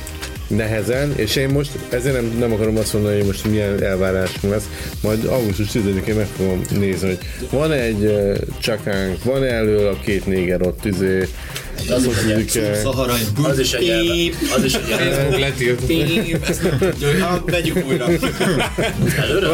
nehezen, és én most ezért nem akarom azt mondani, hogy most milyen elvárásom lesz, majd augusztus 10-én meg fogom nézni, hogy van egy csakánk, van elől a 2 néger ott Az is egy elve. Facebook letilt. Vegyük újra. Előre?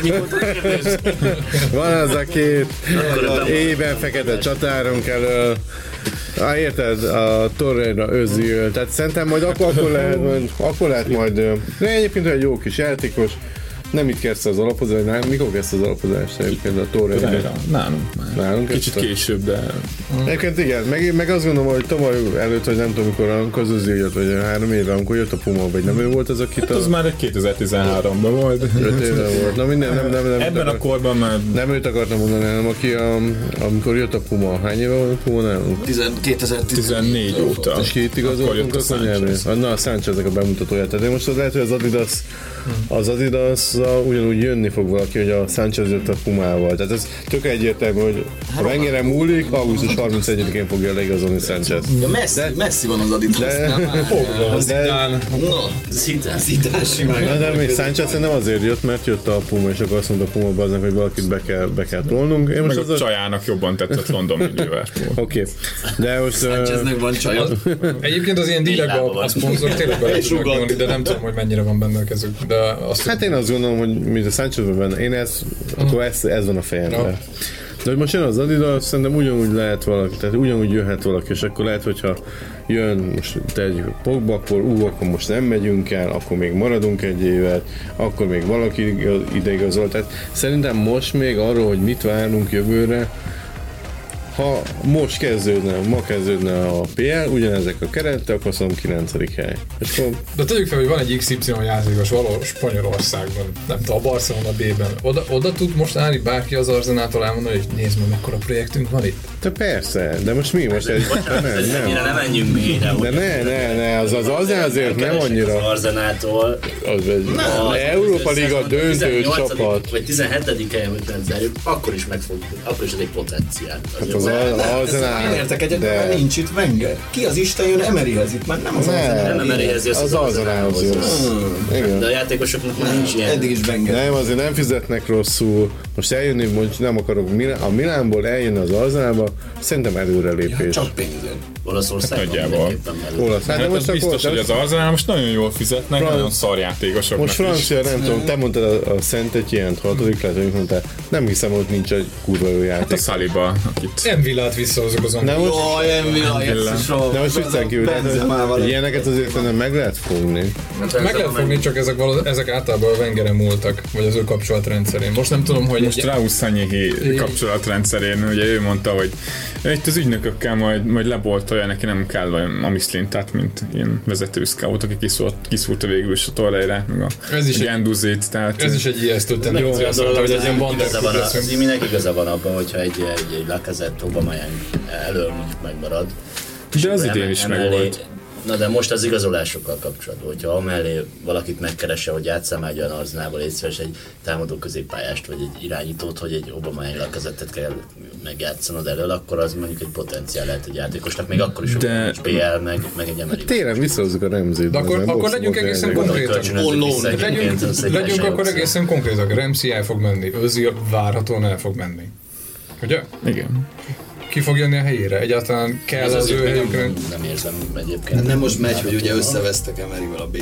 Van az a 2 ében fekete csatárunk elől, érted, a Torreira Özil, tehát szerintem majd akkor lehet majd, de egyébként egy jó kis játékos, nem itt kezdte az alapozást, mikor kezdte az alapozást egyébként a Torreira? Nálunk kicsit később, de... Egyébként igen, meg azt gondolom, hogy tavaly előtt, hogy nem tudom mikor, az Özil jött, vagy 3 évre, amikor jött a Puma, vagy nem ő volt az, akit az már egy 2013-ban volt. 5 éve volt. Na minden, nem. Ebben a korban már... Nem őt akartam mondani, hanem aki amikor jött a Puma. Hány éve volt a Puma nálunk? 2014 óta. És ki itt igazoltunk a nyelvén? Na, a Sáncheznek a bemutatóját. Tehát most az lehet, hogy az Adidas ugyanúgy jönni fog valaki, hogy a Sánchez jött a Pumával. Tehát ez tök egyértelmű, hogy ha mennyire múlik, augusztus 31-én fogja leigazolni Sánchez. Messi van az Adidasnál. Zidane simán. De még Sánchez nem azért jött, mert jött a Puma, és akkor azt mondta a Puma aznak, hogy valakit be kell tolnunk. Én most meg a csajának jobban tetszett London, mint Liverpool. Oké. De most... Sáncheznek van csaja. Egyébként az ilyen dílekben a szponzor tényleg bele tudnak nyúlni, de nem tudom, hogy mennyire van benne a kezük. Hát én azt gondolom, hogy mint a Sánchezben benne, akkor ez van a fejemben. De hogy most jön az Adidas, szerintem ugyanúgy lehet valaki, tehát ugyanúgy jöhet valaki, és akkor lehet, hogyha jön most egy Pogba, akkor most nem megyünk el, akkor még maradunk egy évet, akkor még valaki ideigazol. Tehát szerintem most még arról, hogy mit várunk jövőre, ha most ma kezdődne a PL, ugyanezek a kerettel, akkor azt 9. hely. De tegyük fel, hogy van egy XY játékos valahol Spanyolországban, nem tudom, a Barcelona B-ben. Oda tud most állni bárki az Arzenától elmondani, hogy nézd meg, mekkora projektünk van itt? De persze, de most mi most egy... Nem menjünk mélyre. De ne, az azért nem annyira... Az Arzenától. Európa Liga döntő csapat. Vagy 17. helyen, hogy zárjuk, akkor is ez egy potenciál. Nem értek egyet, mert nincs itt Wenger. Ki az Isten jön Emeryhez itt? Már nem az Arzenálhoz. Nem Emeryhez jössz, az Arzenálhoz jössz. De a játékosoknak már nincs ilyen. Eddig is Wenger. Nem, azért nem fizetnek rosszul. Most eljönni, mondjuk nem akarok a Milánból eljönni az Arzenálba, szerintem előrelépés. Csak pénzön. Olaszországban Hát most az biztos, hogy az Arzenál most nagyon jól fizetnek, nagyon szarjátékosoknak. Most francia, nem tudom, te mondtad a Szent-Étienne-t, 6. lehet, hogy mondtál. Nem hiszem, hogy nincs egy kurva jó játék. Hát a Saliba, akit... Envilát visszahozok az angol. De most viccen kívül, ilyeneket azért nem meg lehet fogni. Meg lehet fogni, csak ezek általában a Wengeren múltak, vagy az ő kapcsolatrendszerén. Most nem tudom, hogy... Most Raúl Sanyehi kapcsolatrendszerén, ugye ő mondta, hogy itt az ügynökökkel majd leboltolja, neki nem kell a Mislintát, mint ilyen vezető scout, aki kiszúrta végül is a Torreirát, meg a Genduzit. Ez is egy ijesztő tendencia, hogy egy ilyen bandák lesz. Mindenki igaza van abban, hogyha egy Lacazette Aubameyang elől megmarad. De az idén is megvolt. Na de most az igazolásokkal kapcsolatban, hogyha amellé valakit megkeresse, hogy játsszám egy olyan Arzenálból létszíves egy támadó középpályást, vagy egy irányítót, hogy egy Aubameyang Lacazettet kell megjátszanod elől, akkor az mondjuk egy potenciál lehet egy játékosnak, még akkor is, hogy nincs BL, meg egy Emery. Tényleg visszahozzuk a Ramsey-t. De akkor legyünk egészen konkrétak. Legyünk akkor egészen konkrétak. Ramsey el fog menni, Özil várhatóan el fog menni. Ugye? Igen. ki fog jönni a helyére? Egyáltalán kell az ő helyükre? Nem érzem egyébként. Hát nem most megy, hogy ugye összevesztek Emeryvel a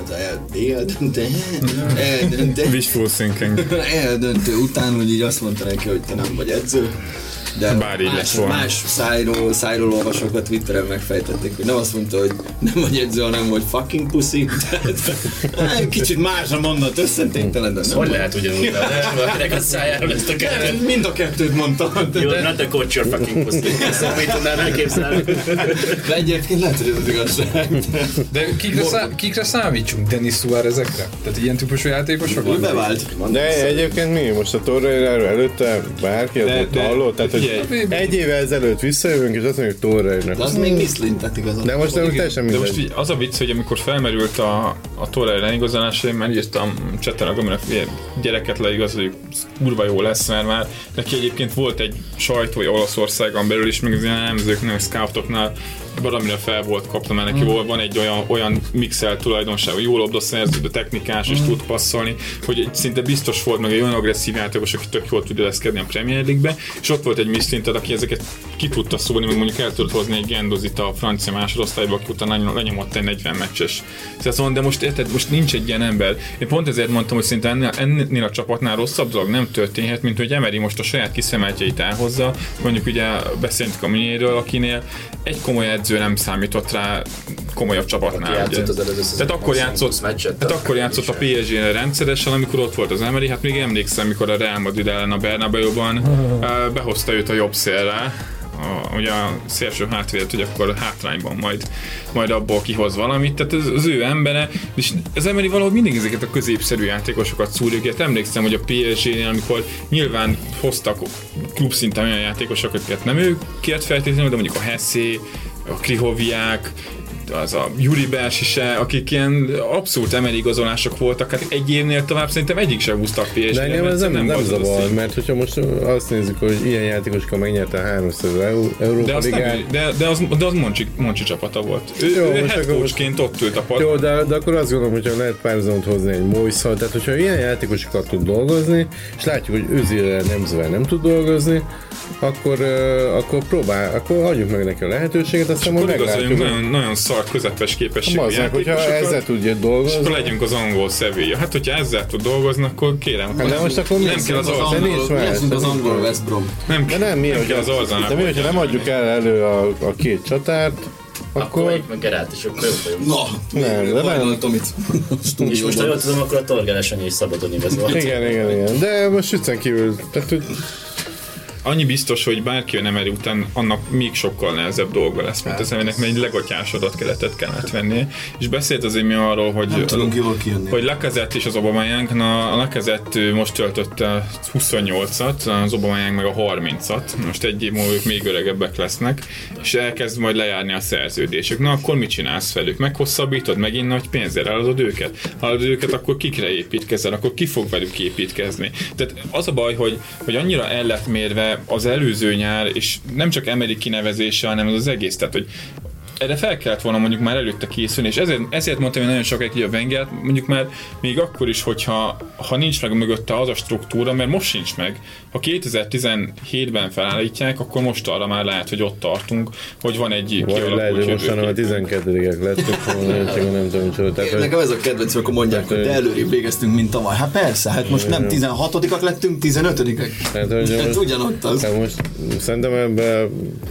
BL-döntő. Wishful thinking. Eldöntő után, hogy így azt mondta neki, hogy te nem vagy edző. De bár így más szájról olvasók a Twitteren megfejtették, hogy nem azt mondta, hogy nem vagy edző, hanem hogy fucking pussy. Tehát kicsit más a mondat, összentéktelen, de nem. Hogy lehet ugyanúgy, valakinek a szájáról ezt a kettőt? Mind a kettőt mondtam. You're not a coach, you're fucking pussy. Ezt mit tudnál elképzelni? De egyébként lehet, hogy ez az igazság. De kikre számítsunk? Denis Suárezekre? Tehát ilyen típusú játékosok? Bevált. De egyébként mi? Most a Torreiráról előtte bárki az ott hallott? Tehát, hogy egy évvel ezelőtt visszajövünk, és azt mondjuk Torreirnak. De az még Mislint igazán. De most teljesen mindegy. De most így az a vicc, hogy amikor felmerült a Torreira igazolása, én már írtam chatten a Gaminak, hogy gyereket leigazoljuk, kurva jó lesz, mert már neki egyébként volt egy sajtója Olaszországon belül is, meg az ilyen elemzőknél, scoutoknál valamire fel volt kapta, mert neki van egy olyan mixel tulajdonság, hogy jól labdaszerző, technikás és tud passzolni, hogy szinte biztos volt meg egy olyan agresszív játékos, aki tök jól tud illeszkedni a Premier League-be, és ott volt egy Mislinted, aki ezeket ki tudta szólni, meg mondjuk el tudott hozni egy Gendozit a francia másodosztályba, aki utána lenyomott egy 40 meccses szezon, de most érted, most nincs egy ilyen ember. Én pont ezért mondtam, hogy szinte ennél a csapatnál rosszabb dolog nem történhet, mint hogy Emery most a saját kiszemeltjeit elhozza, mondjuk ugye beszéltünk a Miniéről, akinél egy komoly edző nem számított rá komolyabb csapatnál. Tehát akkor játszott a PSG-re rendszeresen, amikor ott volt az Emery, hát még emlékszem, mikor a Real Madrid ellen a Bernabéuban behozta őt a jobb szélre, ugye a szélső hátvédet, hogy akkor hátrányban majd abból kihoz valamit, tehát az ő embere, és az Emery valahogy mindig ezeket a középszerű játékosokat szúrja. Emlékszem, hogy a PSG-nél, amikor nyilván hoztak klubszinten olyan játékosokat, akiket nem ő kért feltétlenül, de mondjuk a Hessé, a Krihoviák, az a Juri Bersise, akik ilyen abszolút Emery igazolások voltak, hát egy évnél tovább szerintem egyik sem húzta a PSG-t. De engem ez nem zavar, mert hogyha most azt nézzük, hogy ilyen játékoska megnyerte 300 Európa Ligát. De az Moncsi csapata volt. Ő head coachként ott ült a padon. Jó, de akkor azt gondolom, hogyha lehet párhuzamot hozni egy Moisszal, tehát hogyha ilyen játékosokat tud dolgozni, és látjuk, hogy Özilrel nem tud dolgozni, akkor adjuk meg neki a lehetőséget, aztán majd meglátjuk. Nagyon szar közepes képességű játékosokat. Hogyha ezzel tudja dolgozni. És akkor legyünk az angol Sevilla. Hát, hogyha ezzel tud dolgozni, akkor kérem. De most akkor nem kell az angol West Brom. Nem kell az Arzenál. De mi, hogyha nem adjuk elő a két csatárt, akkor meg Gerát is, akkor jó vagyunk. Nem. És most, ha jól tudom, akkor a Torgeles annyi is szabadon igazol. Igen. De most üccen kívül, tehát hogy annyi biztos, hogy bárki jön Emery után, annak még sokkal nehezebb dolga lesz, mint az Emerynek, mert egy legatyásodott keletet kell átvennie. És beszélt azért mi arról, hogy Lacazette és az Aubameyang, a Lacazette most töltötte 28-at, az Aubameyang meg a 30-at, most egy év múlva ők még öregebbek lesznek, és elkezd majd lejárni a szerződésük. Na akkor mit csinálsz velük? Meghosszabbítod megint nagy pénzért, eladod őket? Ha eladod őket, akkor kikre építkezel? Akkor ki fog velük építkezni? Tehát az a baj, hogy annyira el lett mérve az előző nyár, és nem csak Emery kinevezése, hanem az egész, tehát hogy erre fel kellett volna mondjuk már előtte készülni, és ezért mondtam én nagyon sokáig, hogy a Wengert mondjuk már még akkor is, hogyha nincs meg mögötte az a struktúra, mert most sincs meg. Ha 2017-ben felállítják, akkor most arra már lehet, hogy ott tartunk, hogy van egy kialakult lehet, hogy mostanában a 12-ek lettünk volna, nem tudom, micsoda. Nekem ez a kedvenc, akkor mondják, hogy de előrébb végeztünk, mint tavaly. Hát persze, hát most nem 16-ak lettünk, 15-ek. Hát ugyanott az. Most szerintem ebben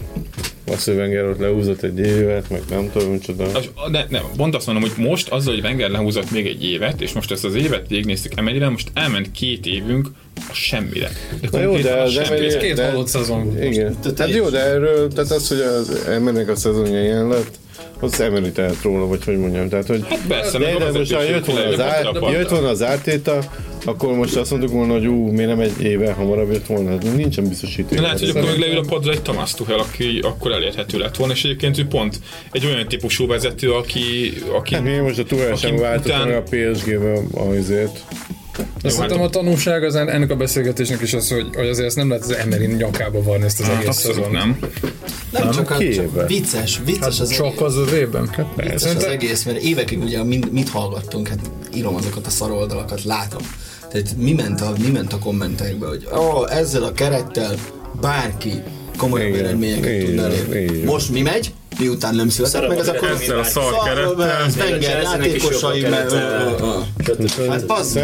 azt, hogy Wenger ott lehúzott egy évet, meg nem tudom, micsoda. De pont azt mondom, hogy most azzal, hogy Wenger lehúzott még egy évet, és most ezt az évet végignéztük Emeryvel, most elment 2 évünk a semmire. De jó, de az Emery... Ez 2 halott szezon. Igen. Tehát jó, de erről, tehát az, hogy az Emerynek a szezonja ilyen lett, az Emery tehet róla, vagy hogy mondjam. Tehát, hogy hát persze, de most ha jött volna az Arteta, akkor most azt mondtuk volna, hogy miért nem egy éve hamarabb jött volna, hát nincsen biztosítő. Lehet, hogy akkor meg leül a padra egy Thomas Tuchel, aki akkor elérhető lett volna, és egyébként ő pont egy olyan típusú vezető, aki hát mi most a Tuchel sem váltott meg a PSG-be azért. Szerintem a tanulság az ennek a beszélgetésnek is az, hogy azért ezt nem lehet az Emery nyakába varni ezt az egész szezon. Nem csak vicces az csak az évben. Vicces az egész, mert évekig ugye mit hallgattunk, hát írom azokat a szaroldalakat, látom. Tehát mi ment a kommentekbe, hogy ezzel a kerettel bárki komolyabb eredményeket tudna elérni. Most mi megy? Miután nem született meg ez a ezzel a szar kerettel. Wenger játékosai, hát passz.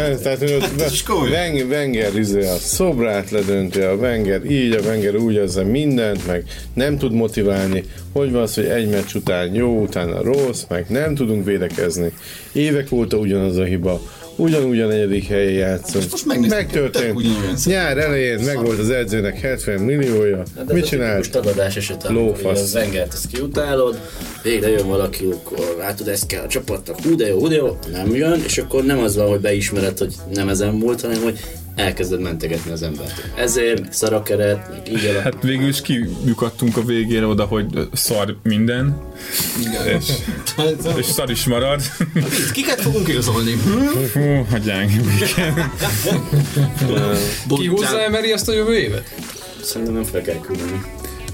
Wenger a szobrát ledönti, a Wenger így, a Wenger úgy, ezzel mindent, meg nem tud motiválni. Hogy van az, hogy egy meccs után jó, utána rossz, meg nem tudunk védekezni. Évek óta ugyanaz a hiba. Ugyanúgy a 4. helyen játszunk. Megtörtént. Nyár elején megvolt az edzőnek 70 milliója. Mit csinált? Most tagadás esetben, hogy a Wengert ezt kiutálod, végre jön valaki, akkor látod, ezt kell a csapatnak, hú de jó, nem jön, és akkor nem az van, hogy beismered, hogy nem ezen múlt, hanem hogy elkezded mentegetni az embert. Ezért szar a keret, meg így hát végül is kilyukadtunk a végére oda, hogy szar minden. És szar is marad. Kiket fogunk igazolni? Fú, hagyjánk. Ki húzza Emery ezt a jövő évet? Szerintem nem fel kell küldeni.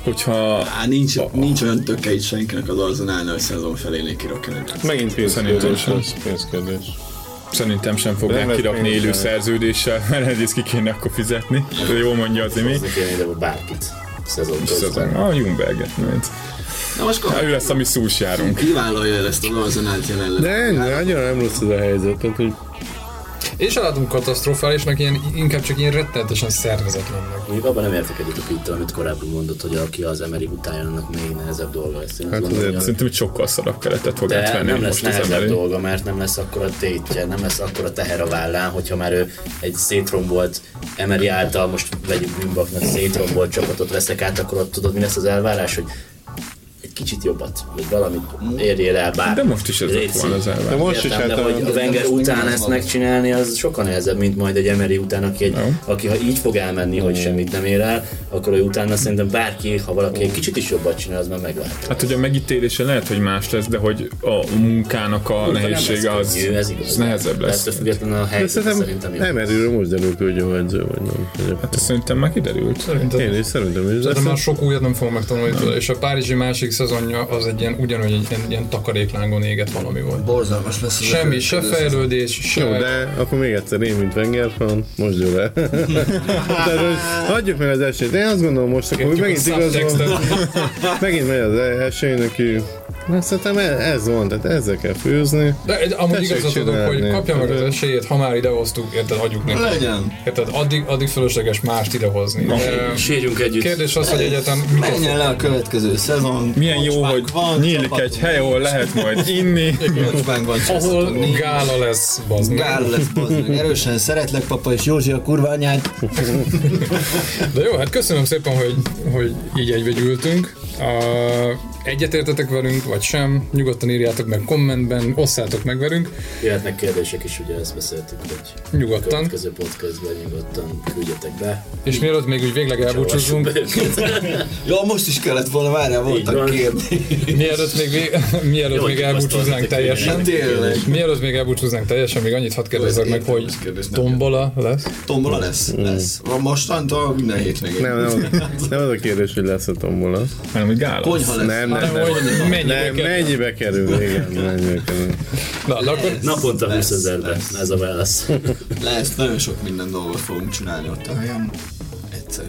hogyha... Nincs olyan tökke itt senkinek az Arsenalnál, hogy szezon felénél kirakni. Megint pénzkérdés. Szerintem sem fogják kirakni élő szerződéssel, mert egyrészt ki kéne akkor fizetni. Jól mondja az Imi. Bárkit szezon közben. A Ljungberget majd. Na most ő lesz a mi szúsjárunk. kivállalja el ezt az Arsenalt jelenleg. De annyira nem rossz ez a helyzet, tehát, hogy Én sem látom katasztrofálisnak, inkább csak ilyen rettenetesen szervezetlennek. Még abban nem értek egyet a Pittel, amit korábban mondott, hogy aki az Emery után jön, annak még nehezebb dolga lesz. Én Hát gondolom, hogy Szerintem itt sokkal szarabb keretet fog de átvenni nem lesz most az nehezebb Emery. dolga, mert nem lesz akkora tétje, nem lesz akkora teher a vállán, hogyha már ő egy szétrombolt Emery által, most vegyük Münbachnak szétrombolt csapatot veszek át, akkor ott tudod mi lesz az elvárás, hogy egy kicsit jobbat, vagy valamit érjél el bár. De most is ez ott van az elvárás. de most is Értem, de hogy a Wenger után ezt megcsinálni, az sokkal nehezebb, mint majd egy Emery után, aki ha így fog elmenni, hogy semmit nem ér el, akkor ő utána szerintem bárki, ha valaki egy kicsit is jobbat csinál, az már megváltja. Hát ugye a megítélése lehet, hogy más lesz, de hogy a munkának a nehézsége az nehezebb lesz. Ettől függetlenül a de helyzet szerintem szerintem jó. Emeryről most derült, hogy jó edző vagy nem. Hát ez szerintem már kiderült. Én is szerintem is. De már sok újat nem fogom megtanulni tőle, és a párizsi másik szezonja az egy ilyen, ugyanúgy egy ilyen takaréklángon égett valami volt. Borzalmas lesz. Semmi, se fejlődés, se... Jó, de akkor még egyszer én, mint Wenger fan, most dől el. Tehát, hogy adjuk meg az esélyt. Én azt gondolom most, akkor hogy megint igazol, megint megy az esély neki. Mert szerintem ez van, tehát ezzel kell főzni. De amúgy Tessék igazat adok, csinálni. hogy kapja meg az esélyét, ha már idehoztuk, érted, adjuk neki. Legyen. Érted, addig fölösleges mást idehozni. Sírjunk együtt. Kérdés az, hogy egyáltalán mikor Menjen le a következő szezon. Milyen jó, hogy nyílik egy hely, ahol lehet majd inni. ahol gála lesz, bazd meg. Gála lesz, bazd meg. Erősen szeretlek, papa és Józsi a kurva anyád. De jó, hát köszönöm szépen, hogy így egyvegyültünk. Egyetértetek velünk, vagy sem, nyugodtan írjátok meg kommentben, osszátok meg velünk. Jöhetnek kérdések is, ugye ezt beszéltük, hogy Nyugodtan. a következő podcastben nyugodtan küldjetek be. És mielőtt még úgy végleg elbúcsúzzunk, Ja, most is kellett volna, várjál, Így van. voltak kérdés. mielőtt még elbúcsúznánk teljesen, Tényleg. mielőtt még elbúcsúznánk teljesen, még annyit hadd kérdezzek meg, hogy tombola lesz. Tombola lesz? Lesz. Mostantól minden hétvégén. Nem az a kérdés, hogy lesz a tombola. Hanem, hogy gála. Konyha lesz. Nem. Mennyibe kerül, igen, mennyibe kerül. Na, de akkor Naponta 20 Lesz, 000-ben, ez a válasz. Lesz, nagyon sok minden dolgot fogunk csinálni ott a helyen. Egyszer.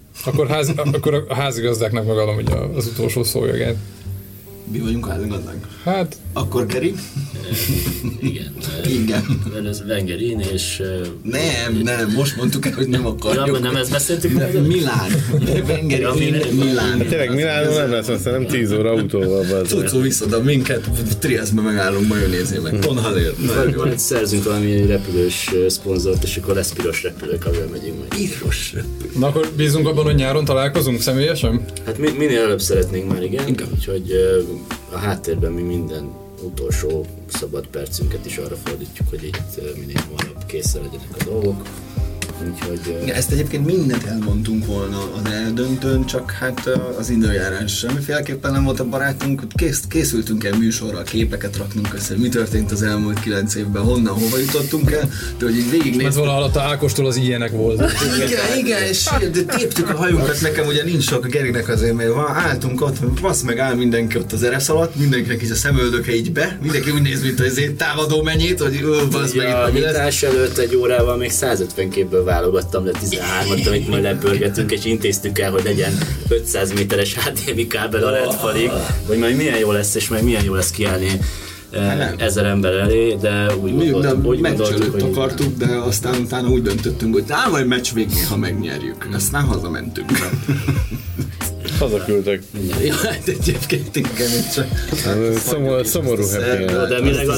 akkor a házigazdáknak megadom ugye az utolsó szójogát. Mi vagyunk házigazdák? Hát, Akkor Geri? Igen. Igen. Ez Wenger én és... Nem, most mondtuk el, hogy nem akarjuk. Ja, nem ezt beszéltük meg? Milán. Wenger, Ja, Milán. Hát tényleg Milánó nem lesz, aztán nem 10 óra autóval. Cucó visszoda minket, Triaszbe megállunk majonézni meg. Tonhalért. Majd szerzünk valami repülős szponzort, és akkor lesz piros repülők, amivel megyünk majd. Piros repülő. na akkor bízunk abban, hogy nyáron találkozunk személyesen? Hát minél előbb szeretnénk már, igen. Úgyhogy a háttérben mi minden utolsó szabad percünket is arra fordítjuk, hogy itt minél hamarabb készen legyenek a dolgok. Úgyhogy... Ezt egyébként mindent elmondtunk volna az eldöntőn, csak hát az időjárás semmiféleképpen nem volt a barátunk. Készültünk el műsorral, képeket raknunk össze, mi történt az elmúlt 9 évben, honnan, hova jutottunk el, de hogy így Ez végignéztünk. valahol a Ákostól az ilyenek volt. Igen, és de téptük a hajunkat, nekem ugye nincs sok, a Gerinek azért, mert van, álltunk ott, bassz meg áll mindenki ott az eresz alatt, mindenkinek így a szemöldöke így be, mindenki úgy néz, mint az én támadó mennyit, hogy bassz meg a itt, mi lesz. nyitás előtt egy órával még 150 képből válogattam le 13-at, amit majd lepörgetünk, és intéztük el, hogy legyen 500 méteres HDMI kábel a LED-falig, hogy majd milyen jó lesz, és majd milyen jó lesz kiállni 1000 ember elé, de úgy Meccs hogy akartuk, de aztán utána úgy döntöttünk, hogy majd meccs végén, ha megnyerjük. Aztán hazamentünk. Hazaküldtek. jó, hát egyébként igen, csak Szomorú happy. de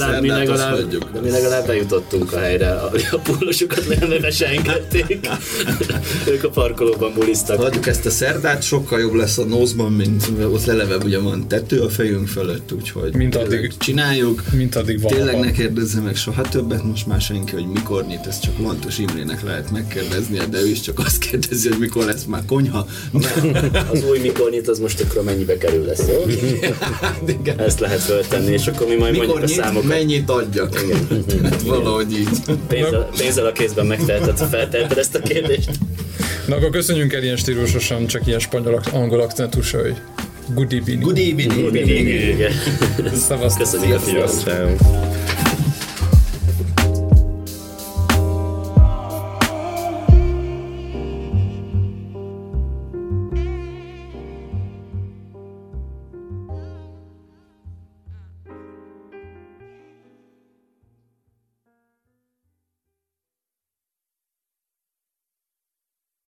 mi legalább bejutottunk a helyre, a pullosokat nem se engedték. Ők a parkolóban buliztak. Hagyjuk ezt a szerdát, sokkal jobb lesz a nózban, mint ott lelevebb ugye van tető a fejünk fölött, úgyhogy Mint addig. csináljuk. Mint addig van. Tényleg ne kérdezze meg soha többet, most már senki, hogy mikor nyit, ezt csak Lantos Imrének lehet megkérdeznie, de ő is csak azt kérdezi, hogy mikor lesz már konyha. Az új mikor nyit, az most akkor mennyibe kerül lesz, jó? Ezt lehet föltenni, és akkor mi majd Mikor mondjuk a nyit, számokat. mennyit adjak? Hát valahogy így. Pénzzel a kézben megteheted, ha felteheted ezt a kérdést. Na akkor köszönjünk el ilyen stílusosan, csak ilyen spanyol, angol akcentussal, hogy good evening. Good evening. Szevasztok. Köszönjük a figyelmet. Ciao.